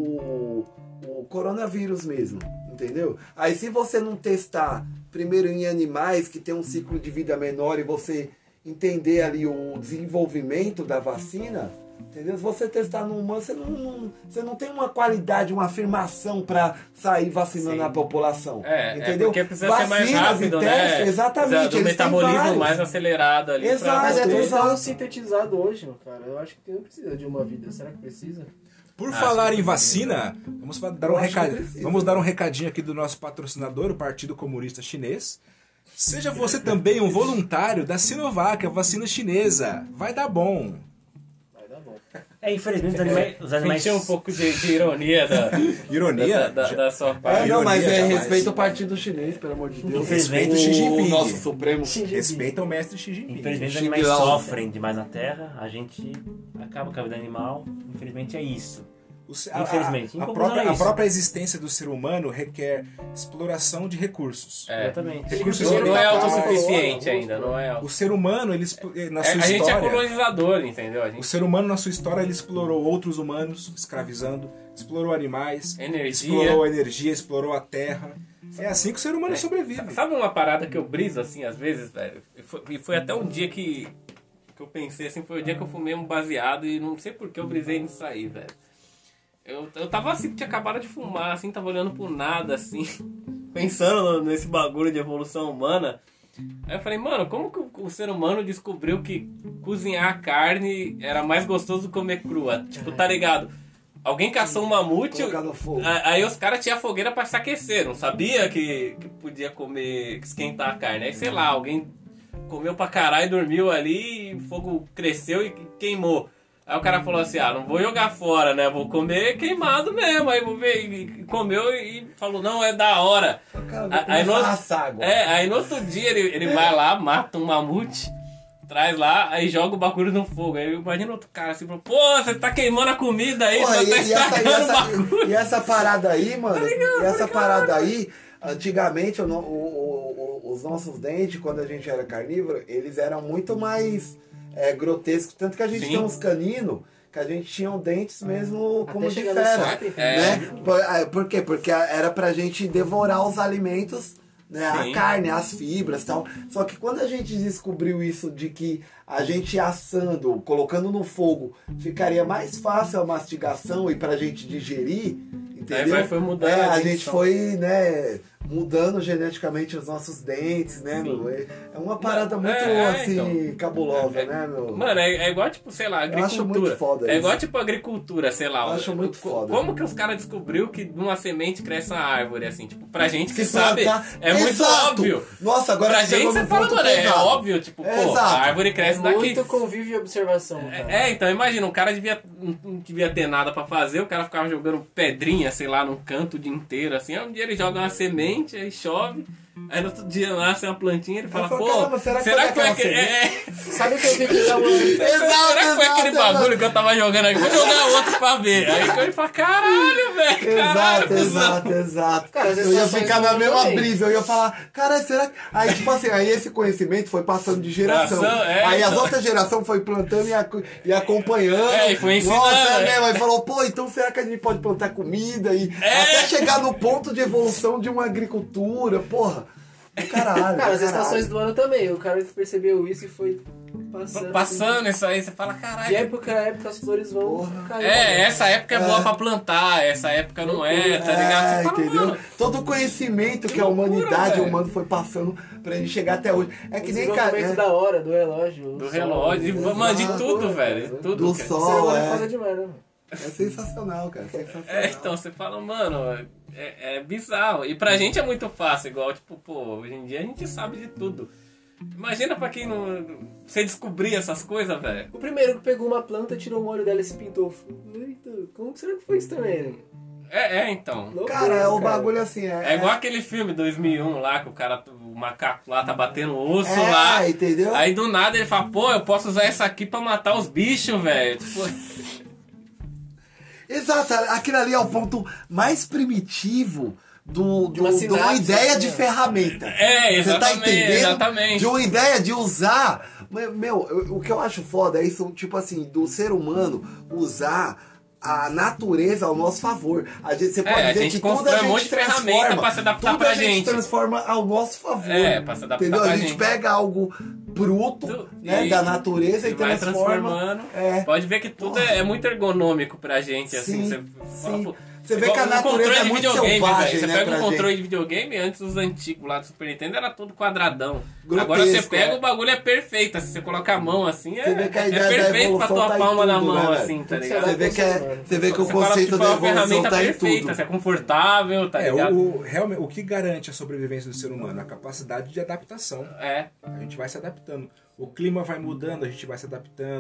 o, o coronavírus mesmo, entendeu? Aí, se você não testar primeiro em animais que tem um ciclo de vida menor e você entender ali o desenvolvimento da vacina. Entendeu? Se você testar no humano, você não, não- você não tem uma qualidade, uma afirmação para sair vacinando Sim. a população. É, entendeu? é porque precisa ser mais Vacinas e rápido, testes, né? Exatamente. Precisa do eles têm metabolismo vários. mais acelerado ali. Exato. Mas é tudo exato. tão sintetizado hoje, meu cara. Eu acho que não precisa de uma vida. Será que precisa? Por Ah, falar sim. em vacina, vamos fa- dar um Eu acho que recado, precisa. vamos dar um recadinho aqui do nosso patrocinador, o Partido Comunista Chinês. Seja você também um voluntário da Sinovac, a vacina chinesa. Vai dar bom. Vai dar bom. É, infelizmente os animais... Os animais... Senti um pouco de, de ironia da, Ironia? da, da, da sua É, parte. não, mas é jamais. respeito ao partido chinês, pelo amor de Deus. Respeita o Xi Jinping. O nosso Supremo. Respeita o mestre Xi Jinping. Infelizmente os Xing animais Lao. sofrem demais na Terra, a gente acaba com a vida animal, infelizmente é isso. O se- a- Infelizmente. A, a, Em própria, conclusão é a isso. própria existência do ser humano requer exploração de recursos. É. Exatamente. Recursos Não, não é ambientais. autossuficiente ainda, não é. O ser humano, ele, explo- eh, na É, sua a gente é história... colonizador, entendeu? A O gente ser humano, na sua história, ele explorou outros humanos, escravizando, explorou animais, Energia. explorou a energia, explorou a terra. É assim que o ser humano sobrevive. Sabe uma parada que eu briso assim às vezes, velho? E foi, e foi até um dia que, que eu pensei assim, foi o dia que eu fumei um baseado e não sei por que eu brisei nisso aí, velho. Eu, eu tava assim, tinha acabado de fumar, assim, tava olhando pro nada, assim, pensando nesse bagulho de evolução humana. Aí eu falei, mano, como que o, o ser humano descobriu que cozinhar carne era mais gostoso do que comer crua? Tipo, tá ligado? Alguém caçou um mamute, Colocar no fogo. a- aí os caras tinham fogueira pra se aquecer, não sabia que, que podia comer, esquentar a carne. Aí sei lá, alguém comeu pra caralho e dormiu ali, e o fogo cresceu e queimou. Aí o cara falou assim, ah, não vou jogar fora, né, vou comer queimado mesmo. Aí vou ver, e comeu e falou, não, é da hora. Cara, A- Aí no, começar a assar agora. é, aí no outro dia ele, ele vai lá, mata um mamute, traz lá, aí joga o bagulho no fogo. Aí imagina outro cara assim, pô, você tá queimando a comida aí, Porra, você e, tá e essa, e, estragando o essa, bagulho. e essa parada aí, mano, Tá e essa parada aí, antigamente o no- o- o- o- os nossos dentes, quando a gente era carnívoro, eles eram muito mais é, grotescos. Tanto que a gente Sim. tem uns caninos que a gente tinha dentes mesmo Até como de chegar no fera. sapo, Né? Por, ah, por quê? Porque era pra gente devorar os alimentos, né? Sim. A carne, as fibras e tal. Só que quando a gente descobriu isso de que a gente assando, colocando no fogo, ficaria mais fácil a mastigação e pra gente digerir, entendeu? vai- foi mudando É, a a gente dentição. foi, né, mudando geneticamente os nossos dentes, né, Sim. meu? É é uma parada É, muito, é, assim, cabulosa, É, né, meu? Mano, é, é igual, tipo, sei lá, Eu acho agricultura. muito foda é isso. igual, tipo, agricultura, sei lá. Eu acho muito Co- foda. Como que os caras descobriu que de uma semente cresce uma árvore, assim? Tipo, pra gente que Se sabe, plantar- é muito Exato! óbvio. Nossa, agora Pra você chegou gente você num fala, ponto mano, é pesado. óbvio, tipo, É, pô, exato. a árvore É cresce daqui. muito convívio e observação, cara. É, então imagina, o cara devia, não não devia ter nada pra fazer, o cara ficava jogando pedrinha, sei lá, num canto o dia inteiro, assim. Aí um dia ele joga uma semente, aí chove, aí no outro dia nasce uma plantinha, ele fala, falo, pô, caramba, será que será foi que foi aquela aquele... É, é, Sabe o que eu vi que dá uma... será que foi exato, aquele exato. bagulho que eu tava jogando aqui? Vou jogar outro pra ver. Aí que ele fala, caralho, velho, caralho, Exato, cuzão. exato, exato. Cara, as eu ia estações ficar do na mundo mesma também. brisa, eu ia falar, cara, será que. Aí, tipo assim, aí esse conhecimento foi passando de geração. Geração, é, aí as então. outras gerações foi plantando e, acu- e acompanhando. É, e foi ensinando, Nossa, é é. mesmo. Aí falou, pô, então será que a gente pode plantar comida? E É. até chegar no ponto de evolução de uma agricultura, porra. Do caralho. Cara, as do caralho. estações do ano também. O cara percebeu isso e foi passando. Passando isso aí, você fala, De caralho. época a época as flores vão Porra. cair. É, essa época é boa É. pra plantar, essa época não é, tá ligado? É, Você fala, entendeu? mano, Todo o conhecimento que, que a loucura, humanidade, velho. o humano foi passando pra gente chegar até hoje. É que O nem cara. desenvolvimento é, da hora, do relógio. do sol, relógio, do- mano, de Exato, tudo, cara. velho. Tudo. Do cara. O sol. ser humano é. é foda demais, né? É sensacional, cara. Sensacional. É, então, você fala, mano, é, é bizarro. E pra gente é muito fácil, igual, tipo, pô, hoje em dia a gente sabe de tudo. Imagina pra quem não. Você descobrir essas coisas, velho. O primeiro que pegou uma planta, tirou o óleo dela e se pintou. Eita, como que será que foi isso também? Né? É, é, então. Loucura, Cara, é o cara. bagulho assim. É, É igual aquele filme dois mil e um lá, que o cara, o macaco lá tá batendo osso é, lá. entendeu? Aí do nada ele fala, pô, eu posso usar essa aqui pra matar os bichos, velho. Tipo, Exato, aquilo ali é o ponto mais primitivo do, do, uma de uma sinapse, ideia assim, de né? ferramenta. É, Você tá exatamente, entendendo? exatamente. De uma ideia de usar. Meu, eu- o que eu acho foda é isso, tipo assim, do ser humano usar a natureza ao nosso favor. A gente, você É, pode a ver gente que tudo constrói a um gente monte de ferramenta transforma, pra se adaptar tudo pra a gente gente. transforma ao nosso favor. É, pra se adaptar entendeu? pra A gente gente. pega algo bruto, Tu- né, e- da natureza e, e vai transforma. transformando. É. Pode ver que tudo é, é muito ergonômico pra gente, assim. Sim, Você fala, sim. pô, Você vê igual que a um natureza controle é de muito videogame, selvagem, velho. Você né, pega pra um controle gente. de videogame, antes os antigos lá do Super Nintendo era todo quadradão. Grotesco, Agora você pega é. o bagulho é perfeito. Se você coloca a mão assim, é, Você vê que a é ideia da perfeito pra evolução tua tá em palma na tudo, mão, né, velho? assim, tá Tudo ligado? Você vê que, é, você vê que o Você fala, conceito tipo, da é uma evolução ferramenta tá em perfeita, tudo. você é confortável, tá É, ligado? o, o- realmente, o que garante a sobrevivência do ser humano? A capacidade de adaptação. É. A gente vai se adaptando. O clima vai mudando, a gente vai se adaptando.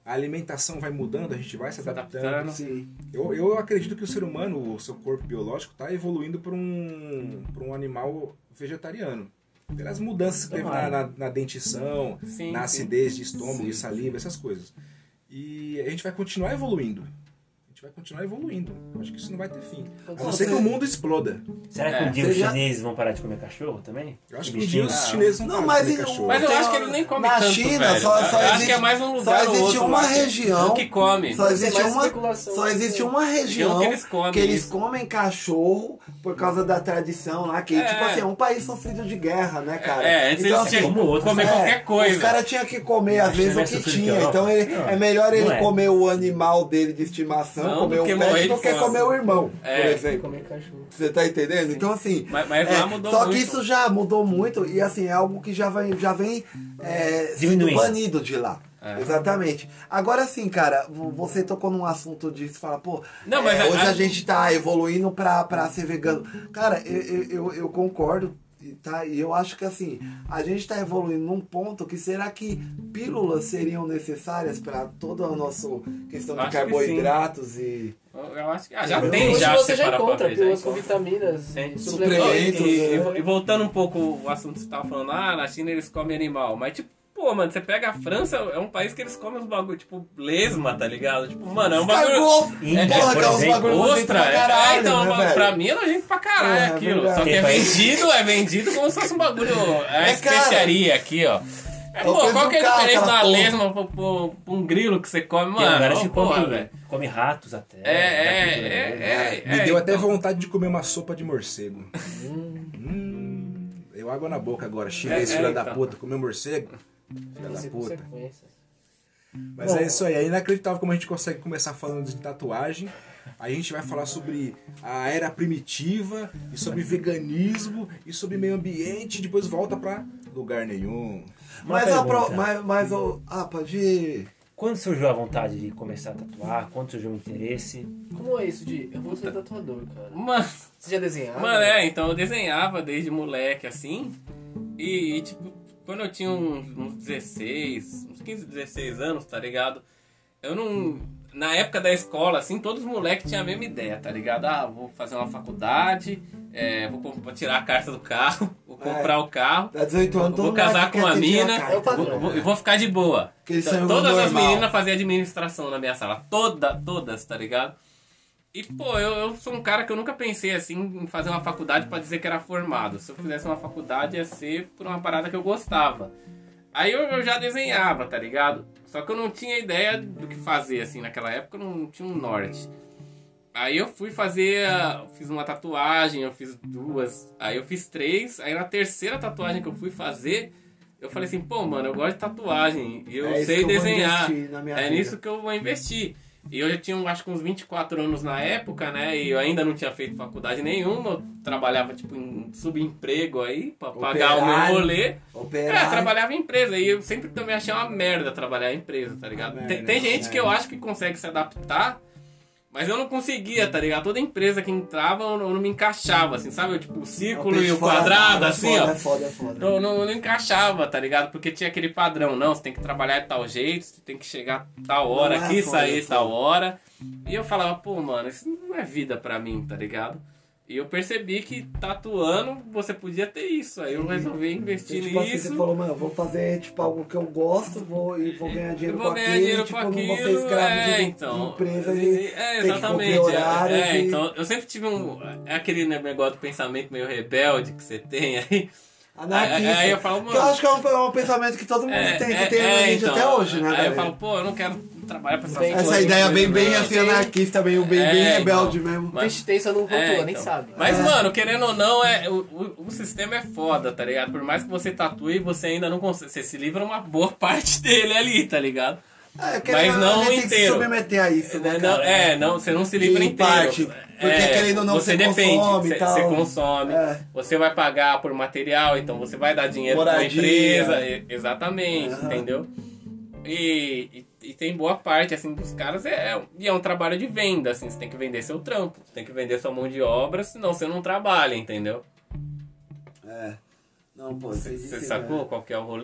a alimentação vai mudando, a gente vai se adaptando. adaptando. Sim. Eu, eu acredito que o ser humano, o seu corpo biológico, está evoluindo para um, pra um animal vegetariano. Pelas mudanças que teve na, na, na dentição, Sim, na sim. acidez de estômago Sim, e saliva, essas coisas. E a gente vai continuar evoluindo. A gente vai continuar evoluindo. Eu acho que isso não vai ter fim. A não ser que o mundo exploda. Será que É, um dia você os já- chineses vão parar de comer cachorro também? Eu acho Que que um dia bichinho. os chineses vão Não, parar mas de comer e- cachorro. Mas eu Tem acho que uma- eles nem comem na tanto, China, velho. só- só eu acho existe- que é mais um só lugar ou existe outro uma lá que- região- que come. Só existe mais uma, especulação, só existe né? uma região que eles comem que eles isso. comem cachorro por causa da tradição lá, que É. tipo assim, é um país sofrido de guerra, né, cara? É, antes então, eles tinham como que outros, comer é, qualquer coisa. Os caras tinham que comer, às Mas vezes, não é o que sofrido que tinha. Europa. Então ele, Não. é melhor ele Não é. comer o animal dele de estimação, Não, comer do o que pet, morrer do de que fome. comer o irmão, É. por exemplo. Comer cachorro. Você tá entendendo? Então, assim. Mas- mas é, lá mudou Só que muito. isso já mudou muito e, assim, é algo que já vem, já vem é, sendo Diminuindo. banido de lá. É. Exatamente. Agora, assim, cara, vo- você tocou num assunto de se falar, pô, Não, mas é, a- hoje a, a- gente tá evoluindo pra, pra ser vegano. Cara, eu, eu, eu, eu concordo. E Tá, e eu acho que assim, a gente está evoluindo num ponto que será que pílulas seriam necessárias para toda a nossa questão de Acho que carboidratos e Eu, eu acho que ah, já Hoje tem Hoje já. você se já parar pra encontra ver, já pílulas com encontra. vitaminas, Sim. Suplementos, E, e- né? e voltando um pouco o assunto que você tava falando, ah, na China eles comem animal, mas tipo, pô, mano, você pega a França, é um país que eles comem uns bagulho, tipo, lesma, tá ligado? Tipo, mano, é um bagulho... Cargou! Índia, Porra, por que é uns exemplo. bagulho nojento Ostra, pra caralho, é, então, né, mano, velho? pra mim é nojento pra caralho É, é aquilo. verdade. Só que é Tem país- vendido, é vendido como se fosse um bagulho. É, É, cara. especiaria aqui, ó. É, Então pô, fez qual um que é a carro, diferença aquela da porra. lesma pra, pra- pra um grilo que você come, Tem mano? lugares Ô, que porra, come, velho. come ratos até. É, da é, cultura é, deles. é, Me é, deu até então. vontade de comer uma sopa de morcego. Hum, deu água na boca agora. Chinês, É, é, filha da então. puta, comeu morcego. Filha da Sem puta. consequências. Mas é isso aí, é inacreditável como a gente consegue começar falando de tatuagem. Aí a gente vai falar sobre a era primitiva, e sobre veganismo, e sobre meio ambiente, e depois volta pra lugar nenhum. Uma Mas, a pergunta. pro, mas, mas o- ah, pode ir. Quando surgiu a vontade de começar a tatuar? Quando surgiu o interesse? Como é isso de eu vou ser tatuador, cara? Mano, Você já desenhava? mano, é, então eu desenhava desde moleque, assim. E, e, tipo, quando eu tinha uns, uns dezesseis, uns quinze, dezesseis anos, tá ligado? Eu não... Na época da escola, assim, todos os moleques tinham a mesma ideia, tá ligado? Ah, vou fazer uma faculdade, é, vou, comp- vou tirar a carta do carro, vou comprar É. o carro, Dá dezoito anos, vou todo casar moleque com uma quer tirar a mina, carta, É o padrão. né? vou, vou, vou ficar de boa. Aquele Então, sonho todas as normal. meninas faziam administração na minha sala. Toda, todas, tá ligado? E, pô, eu, eu sou um cara que eu nunca pensei, assim, em fazer uma faculdade pra dizer que era formado. Se eu fizesse uma faculdade, ia ser por uma parada que eu gostava. Aí eu, eu já desenhava, tá ligado? Só que eu não tinha ideia do que fazer, assim, naquela época eu não tinha um norte. Aí eu fui fazer, a- fiz uma tatuagem, eu fiz duas, aí eu fiz três, aí na terceira tatuagem que eu fui fazer, eu falei assim, pô, mano, eu gosto de tatuagem, e eu É isso sei que eu vou desenhar, investir na minha é vida. nisso que eu vou investir. E eu já tinha, acho que uns vinte e quatro anos na época, né, e eu ainda não tinha feito faculdade nenhuma, eu trabalhava, tipo, em subemprego aí, pra pagar o meu Operário. rolê. É, Operário. trabalhava em empresa. E eu sempre também achei uma merda trabalhar em empresa, tá ligado? Uma Tem, merda, tem uma gente que eu merda. acho que consegue se adaptar, mas eu não conseguia, tá ligado? Toda empresa que entrava, eu não, eu não me encaixava, assim, sabe? Eu, tipo, o círculo e o Foda, quadrado, é assim, foda, ó. É foda, é foda. Não, não, não encaixava, tá ligado? Porque tinha aquele padrão, não, você tem que trabalhar de tal jeito, você tem que chegar tal hora Não é aqui, foda, sair é tal foda. hora. E eu falava, pô, mano, isso não é vida pra mim, tá ligado? E eu percebi que tatuando você podia ter isso. Aí eu resolvi investir Tipo assim, nisso. você falou, mano, eu vou fazer tipo algo que eu gosto vou, e vou ganhar dinheiro Eu vou com ganhar aquilo, dinheiro tipo, com não vou ser aquilo, escravo é, de, então, de empresa é, e é, ter que exatamente, cumprir horários é, e- então, eu sempre tive um, é aquele negócio do pensamento meio rebelde que você tem aí, Anarquista. Aí- aí eu falo, Que eu mano- acho que é um, é um pensamento que todo mundo é, tem, que é, tem é, na gente então, até hoje, né, aí velho? eu falo, pô, eu não quero trabalhar pra essas Tem- coisas, Essa ideia bem, bem não, assim, tem- anarquista, bem, bem, É, bem então. rebelde mesmo. A gente tem, só não pontua, É, nem então. sabe. Mas, É. mano, querendo ou não, é, o, o, o sistema é foda, tá ligado? Por mais que você tatue, você ainda não consegue. Você se livra uma boa parte dele ali, tá ligado? É, querendo Mas ou não a gente tem que se inteiro. submeter a isso, né, É, não, cara? é, não, você não se livra De inteiro. parte, porque É, querendo ou não, você você depende, consome e você, tal. você consome, É. você vai pagar por material, então você vai dar dinheiro pra Moradia. empresa, e- exatamente, Aham. entendeu? entendeu? E, e, e tem boa parte, assim, dos caras, é, é, e é um trabalho de venda, assim, você tem que vender seu trampo, você tem que vender sua mão de obra, senão você não trabalha, entendeu? É. Não, pô, você Você disse, sacou né? qual que é o rolê?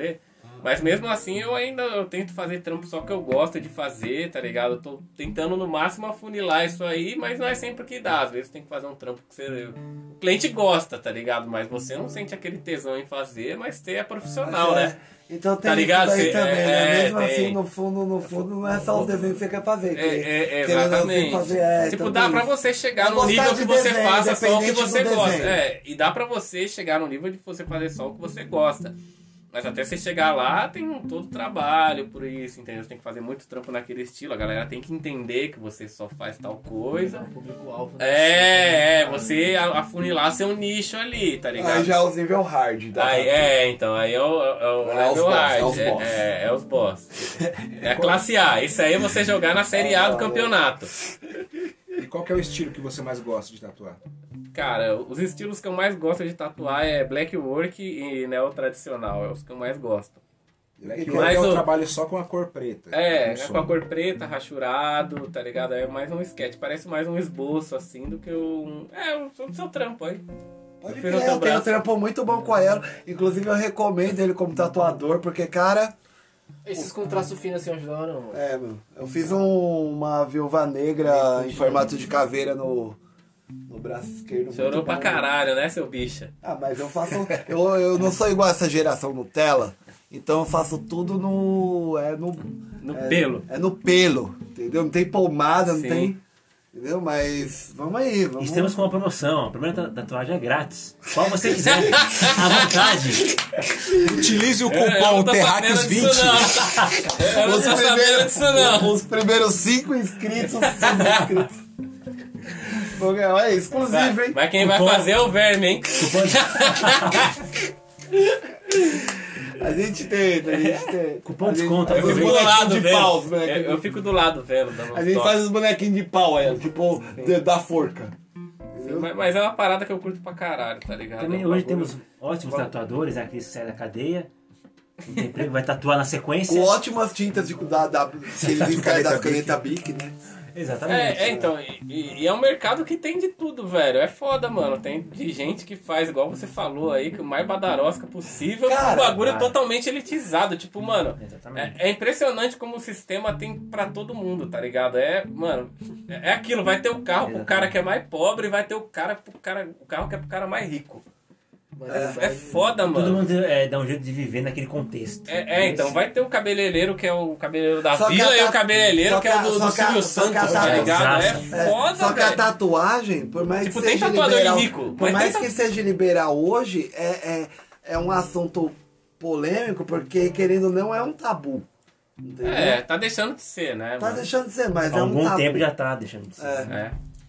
Mas mesmo assim eu ainda eu tento fazer trampo só que eu gosto de fazer, tá ligado? Eu tô tentando no máximo afunilar isso aí, mas não é sempre que dá. Às vezes tem que fazer um trampo que você... o cliente gosta, tá ligado? Mas você não sente aquele tesão em fazer, mas você é profissional, Mas é, né? Então tem Tá ligado? isso daí Cê- também, é, né? Mesmo tem. assim, no fundo, no fundo, não é só os desenhos que você quer fazer. que- É, é, querendo exatamente. fazer, é, tipo, então dá tem pra isso. você chegar É no gostar nível de que você desenho, faça só o que independente você do gosta. desenho. É, e dá pra você chegar no nível de você fazer só o que você gosta. Mas até você chegar lá, tem um todo trabalho por isso, entendeu? Você tem que fazer muito trampo naquele estilo. A galera tem que entender que você só faz tal coisa. O público-alvo. né? É, é, você a- afunilar seu nicho ali, tá ligado? Aí já é os nível hard. Da Aí, é, então, aí é o, é o É os level boss, hard, é os é, boss. é, é os boss. É a classe A, isso aí é você jogar na série A do campeonato. E qual que é o estilo que você mais gosta de tatuar? Cara, os estilos que eu mais gosto de tatuar é black work e neo tradicional, é os que eu mais gosto. Black Mas Work é o- um trabalho só com a cor preta. É, é som. com a cor preta, rachurado, tá ligado? É mais um sketch, parece mais um esboço assim do que um... É, o o seu trampo aí. Pode Eu crer, fiz no teu eu tenho um braço. trampo muito bom com ela. Inclusive eu recomendo ele como tatuador, porque, cara, Esses contrastes finos assim ajudaram. é, meu, eu fiz um- uma viúva negra em formato de caveira no, no braço esquerdo. Chorou muito pra bom. caralho, né, seu bicha? Ah, mas eu faço. Eu, eu não sou igual essa geração Nutella, então eu faço tudo no. É no. No é, pelo. É no pelo, entendeu? Não tem pomada, não Sim. tem. Entendeu? Mas vamos aí, vamos. Estamos com uma promoção. A primeira ta- tatuagem é grátis. Qual você quiser, à vontade. Utilize o Eu cupom não tô Terráqueos sabendo disso, vinte. não. Eu não tô sabendo disso, não. Os primeiros cinco inscritos são inscritos. Porque, olha, é exclusivo, hein? Mas quem vai Cupom- fazer é o verme, hein? A gente tenta, a gente tenta. Cupom A gente desconto, faz eu os Eu fico do bonequinhos lado de vendo. pau, os Eu, bonequinhos eu de- fico do lado vendo. dando A uns gente toques. faz os bonequinhos de pau, aí, tipo, de- da forca. Mas, mas é uma parada que eu curto pra caralho, tá ligado? Também É um hoje bagulho- temos ótimos tatuadores, né? Aqueles que saem da cadeia. Não tem emprego, vai tatuar na sequência. Com ótimas tintas de, da, da, que eles extraem das canetas Bic, né? Exatamente. É, é, então, e, e- e é um mercado que tem de tudo, velho. É foda, mano. Tem de gente que faz, igual você falou aí, que o mais badarosca possível, Cara, um bagulho cara. totalmente elitizado. Tipo, mano, Exatamente. é, é impressionante como o sistema tem pra todo mundo, tá ligado? É, mano, é, é aquilo, vai ter o carro pro cara que é mais pobre e vai ter o cara pro cara, o carro que é pro cara mais rico. Mas É, é foda, Todo mano. mundo é, dá um jeito de viver naquele contexto. É, é, então, vai ter o cabeleireiro que é o cabeleireiro da Só que vila a e o ta- cabeleireiro só que é que o a- do, só do que a- Silvio só que a Santos, tá ta- ligado? É Exato. É, foda, só que a velho. tatuagem, por mais Tipo, que tem seja tatuador liberal, rico, por mas mais tem que seja liberal hoje, é, é, é um assunto polêmico, porque querendo ou não é um tabu. Entendeu? É, tá deixando de ser, né? Tá mano? deixando de ser, mas Há é um algum tabu. tempo já tá deixando de ser. É. É.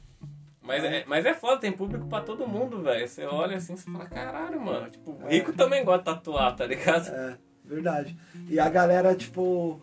Mas é, mas é foda, tem público pra todo mundo, velho. Você olha assim e fala, caralho, mano. Tipo, rico também gosta de tatuar, tá ligado? É, verdade. E a galera, tipo,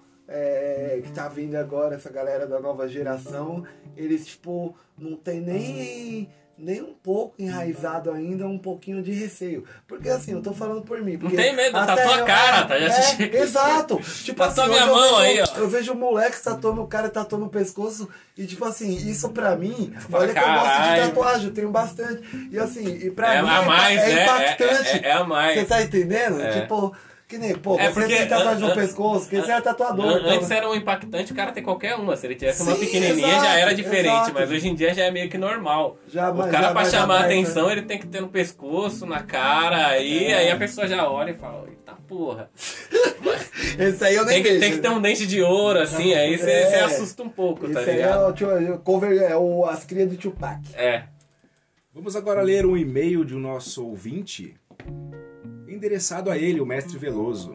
é, que tá vindo agora, essa galera da nova geração, eles, tipo, não tem nem, nem um pouco enraizado ainda, um pouquinho de receio. Porque assim, eu tô falando por mim. Porque tem medo, até tatua a eu- cara, tá? Já é, te- exato. Tipo Tatua assim, minha hoje eu mão vejo, aí, ó. eu vejo um moleque tatuando o cara tatuando o pescoço. E tipo assim, isso pra mim, fala, olha que eu gosto de "Caralho." tatuagem, eu tenho bastante. E assim, e pra É mim a mais, é, né? impactante. É- é- é a mais. Você tá entendendo? É. Tipo, que nem, pô, É você porque tem tatuagem an- no an- pescoço, porque você é tatuador. An- então- Antes era um impactante o cara ter qualquer uma. Se ele tivesse uma Sim, pequenininha exato, já era diferente. exato. Mas hoje em dia já é meio que normal. Já o vai- cara já pra vai chamar a aberto, atenção né? ele tem que ter no pescoço, na cara. Aí, É. aí a pessoa já olha e fala, eita porra. Esse aí eu nem Tem que, vejo. tem que ter um dente de ouro, assim. Aí você É. você assusta um pouco, tá Esse aí é ligado? o, tio- o cover, é o, as crias do Tupac. É. Vamos agora ler um e-mail de um nosso ouvinte, endereçado a ele, o Mestre Veloso.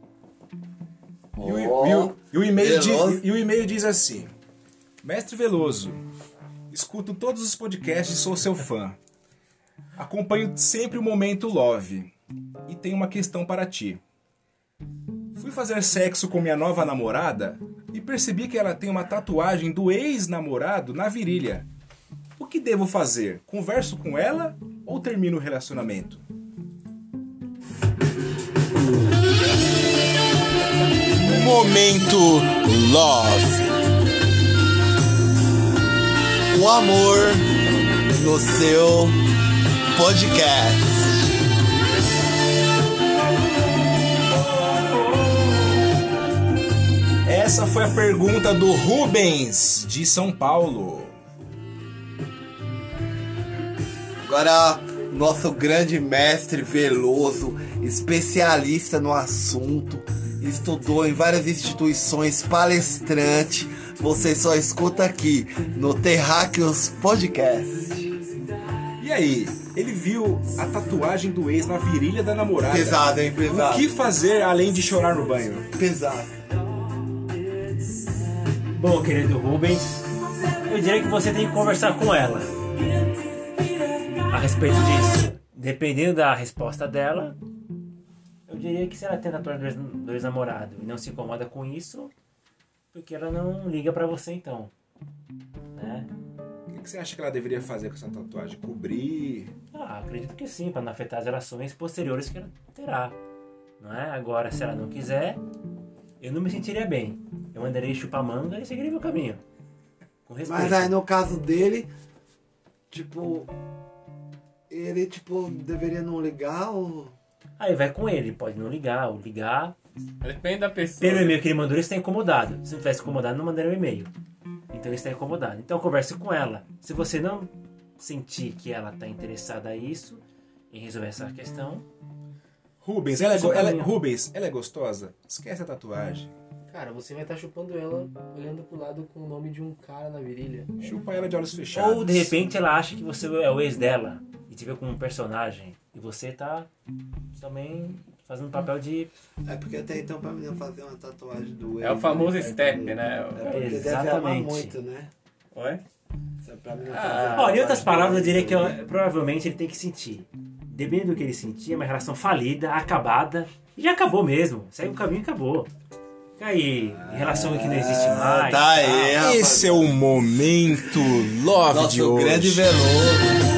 E o, e o- e o e-mail di- Veloso. e o e-mail diz assim: Mestre Veloso, escuto todos os podcasts e sou seu fã. Acompanho sempre o Momento Love. E tenho uma questão para ti. Fui fazer sexo com minha nova namorada e percebi que ela tem uma tatuagem do ex-namorado na virilha. O que devo fazer? Converso com ela ou termino o relacionamento? Momento Love. O amor no seu podcast. Essa foi a pergunta do Rubens, de São Paulo. Agora, nosso grande mestre Veloso, especialista no assunto, estudou em várias instituições, palestrante. Você só escuta aqui no Terráqueos Podcast. E aí, ele viu a tatuagem do ex na virilha da namorada. Pesado, hein? Pesado. O que fazer além de chorar no banho? Pesado. Bom, querido Rubens, eu diria que você tem que conversar com ela a respeito disso. Dependendo da resposta dela, eu diria que se ela tem tatuagem do do ex-namorado e não se incomoda com isso, porque ela não liga pra você então, né? O que você acha que ela deveria fazer com essa tatuagem? Cobrir? Ah, acredito que sim, para não afetar as relações posteriores que ela terá, não é? Agora, se ela não quiser, eu não me sentiria bem. Eu mandaria chupar manga e seguiria meu caminho. Com respeito. Mas aí no caso dele, tipo, ele tipo deveria não ligar ou... Aí vai com ele, pode não ligar ou ligar. Depende da pessoa. Pelo e-mail que ele mandou, ele está incomodado. Se não tivesse incomodado, não mandaria o e-mail. Então ele está incomodado. Então converse com ela. Se você não sentir que ela está interessada a isso, em resolver essa questão... Rubens, ela é, go- Seu ela é- caminho. Rubens, ela é gostosa? Esquece a tatuagem. Cara, você vai estar chupando ela, olhando pro lado com o nome de um cara na virilha. Chupa ela de olhos fechados. Ou de repente ela acha que você é o ex dela e te vê como um personagem. E você tá também fazendo papel de... É porque até então pra menina fazer uma tatuagem do É o famoso né, step, é né? porque deve Exatamente. amar muito, né? Oi? Isso é pra menina Ah. fazer uma Ó, em outras tatuagem palavras, eu do diria ex, que né? eu- provavelmente ele tem que sentir. Dependendo do que ele sentir, é uma relação falida, acabada. E já acabou mesmo. Segue o caminho e acabou. Fica aí, em relação que não existe mais. Tá aí, rapaz. Esse é o momento love de Nosso hoje. grande Veloso.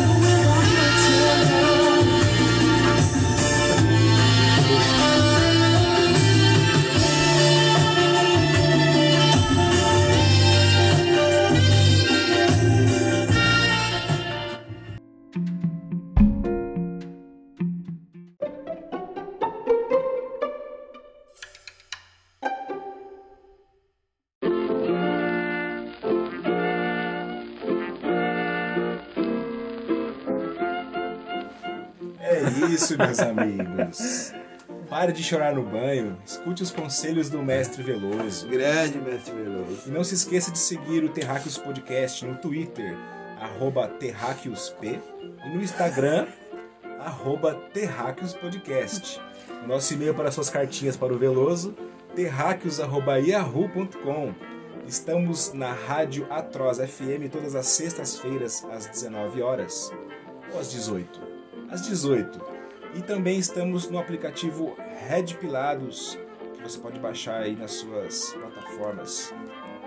É isso, meus amigos. Pare de chorar no banho. Escute os conselhos do mestre Veloso. Grande mestre Veloso. E não se esqueça de seguir o Terráqueos Podcast no Twitter, arroba terráqueosp, e no Instagram, arroba terráqueos podcast. O nosso e-mail para suas cartinhas para o Veloso, terráqueos arroba yahoo ponto com. Estamos na Rádio Atroz F M todas as sextas-feiras, às dezenove horas. Ou às dezoito? Às dezoito. E também estamos no aplicativo Red Pilados, que você pode baixar aí nas suas plataformas.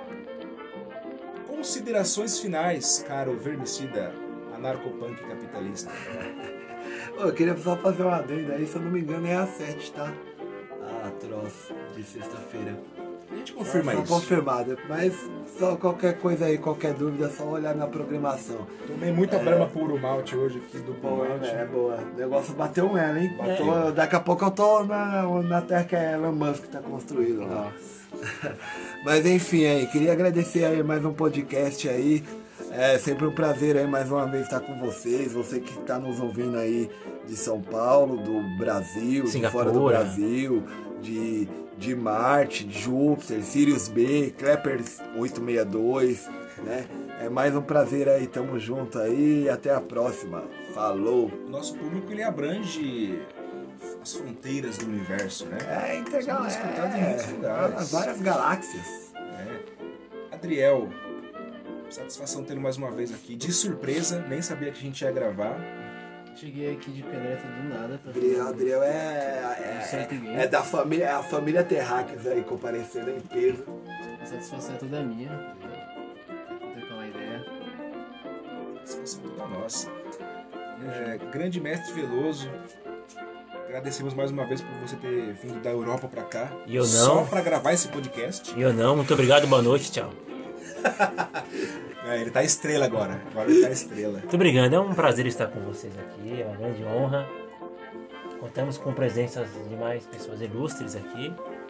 Considerações finais, caro vermicida, anarcopunk capitalista. Ô, eu queria só fazer uma adenda aí, se eu não me engano é a sete, tá? A Atroz de sexta-feira. A gente confirma só, isso. Só confirmado, mas só qualquer coisa aí, qualquer dúvida, é só olhar na programação. Tomei muita brama puro malte hoje aqui do Boa, Malte. é boa. O negócio bateu ela, hein? Bateu. Tô- daqui a pouco eu tô na, na terra que a Elon Musk tá construindo lá. Mas enfim, aí, queria agradecer aí mais um podcast aí. É sempre um prazer aí mais uma vez estar com vocês. Você que está nos ouvindo aí de São Paulo, do Brasil, de fora do Singapura. Brasil, de, de Marte, de Júpiter, Sirius B, Kleppers oitocentos e sessenta e dois, né? É mais um prazer aí, tamo junto aí e até a próxima. Falou! O nosso público ele abrange as fronteiras do universo, né? É integral, Somos escutados em muitos é, lugares. várias galáxias. É. Adriel, satisfação tê-lo mais uma vez aqui. De surpresa, nem sabia que a gente ia gravar. Cheguei aqui de penetra do nada pra Adriel, Adriel é, Não sei é, ninguém. é da família, é a família Terráqueos aí comparecendo em peso. A satisfação é toda minha. Vou trocar uma ideia. Satisfação toda nossa. É, grande mestre Veloso, agradecemos mais uma vez por você ter vindo da Europa pra cá. E eu não. Só pra gravar esse podcast. E eu não, muito obrigado, boa noite, tchau. É, ele tá estrela agora. Agora ele tá estrela. Muito obrigado, é um prazer estar com vocês aqui, é uma grande honra. Contamos com presenças de mais pessoas ilustres aqui.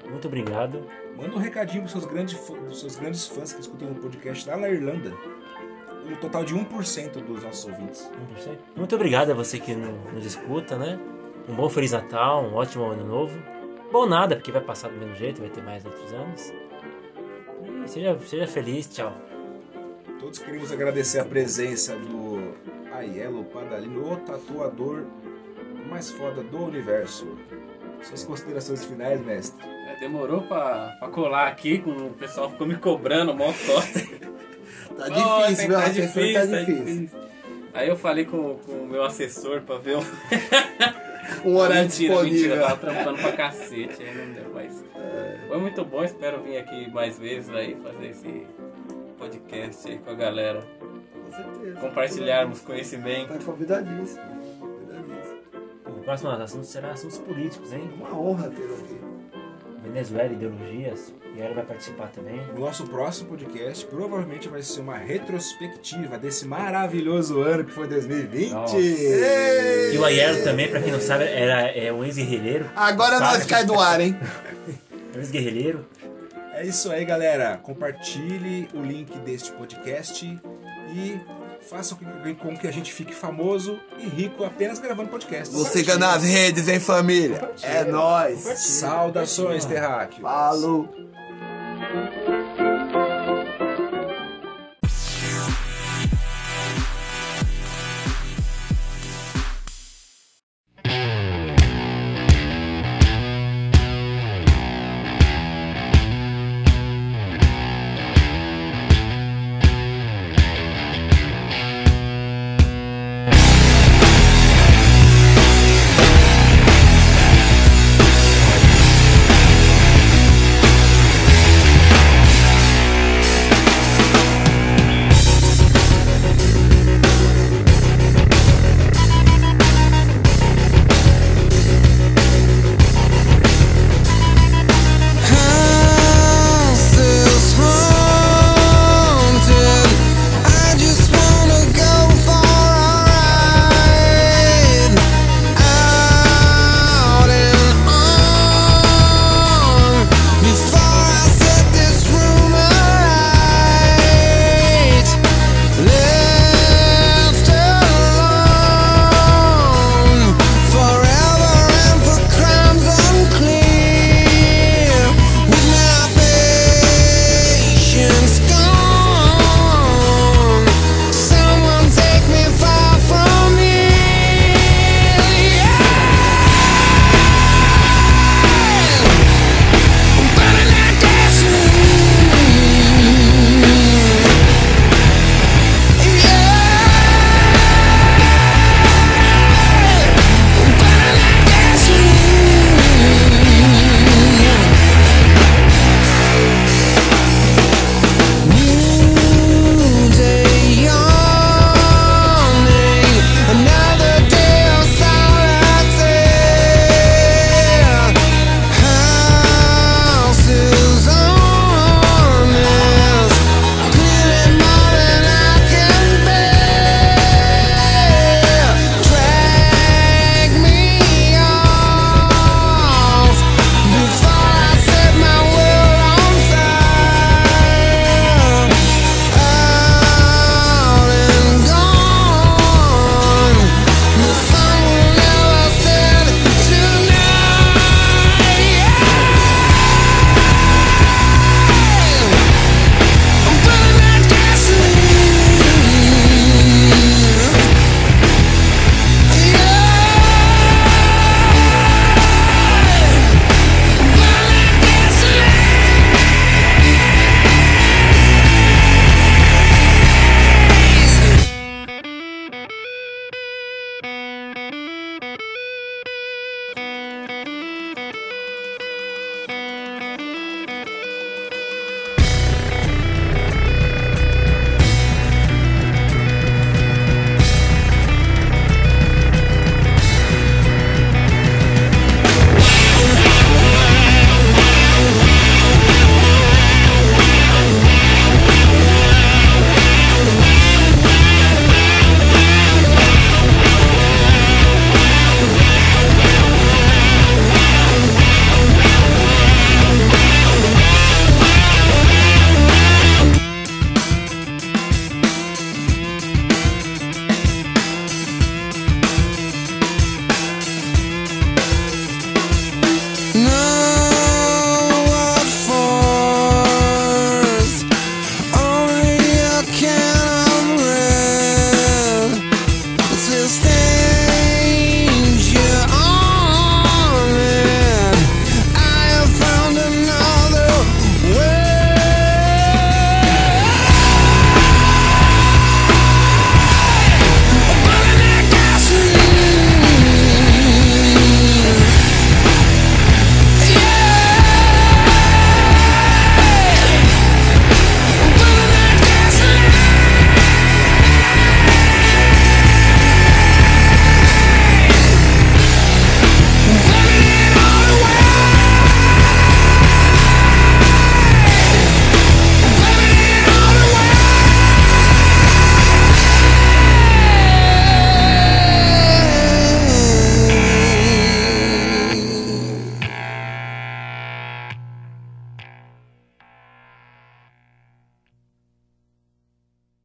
Muito obrigado. Manda um recadinho pros seus grandes, fã- pros seus grandes fãs que escutam o podcast lá na Irlanda. Um total de um por cento dos nossos ouvintes. um por cento. Muito obrigado a você que no- nos escuta, né? Um bom Feliz Natal, um ótimo Ano Novo. Bom nada, porque vai passar do mesmo jeito, vai ter mais outros anos. E seja, seja feliz, tchau. Todos queremos agradecer a presença do Aiello Padalino, o tatuador mais foda do universo. Suas considerações finais, mestre? É, demorou pra, pra colar aqui, com o pessoal ficou me cobrando, mó tosse. Tá Ó, difícil, meu tá assessor tá difícil. Aí eu falei com, com o meu assessor pra ver o... Um horário mentira, disponível. mentira, eu tava trampando pra cacete, aí não deu mais. Foi muito bom, espero vir aqui mais vezes aí, fazer esse podcast aí com a galera. Com certeza. Compartilharmos conhecimento. Tá convidadíssimo. Convidadíssimo. O próximo assunto será assuntos políticos, hein? Uma honra tê-lo aqui. Venezuela, ideologias. E ela vai participar também. O nosso próximo podcast provavelmente vai ser uma retrospectiva desse maravilhoso ano que foi dois mil e vinte. Nossa. Ei! E o Aiello também, pra quem não sabe, era, é um ex-guerrilheiro. Agora Sabe? nós cai do ar, hein? É um ex-guerrilheiro. É isso aí, galera. Compartilhe o link deste podcast e faça com que- com que a gente fique famoso e rico apenas gravando podcast. Nos siga nas redes, hein, família? É nóis. Saudações, terráqueos. Falou.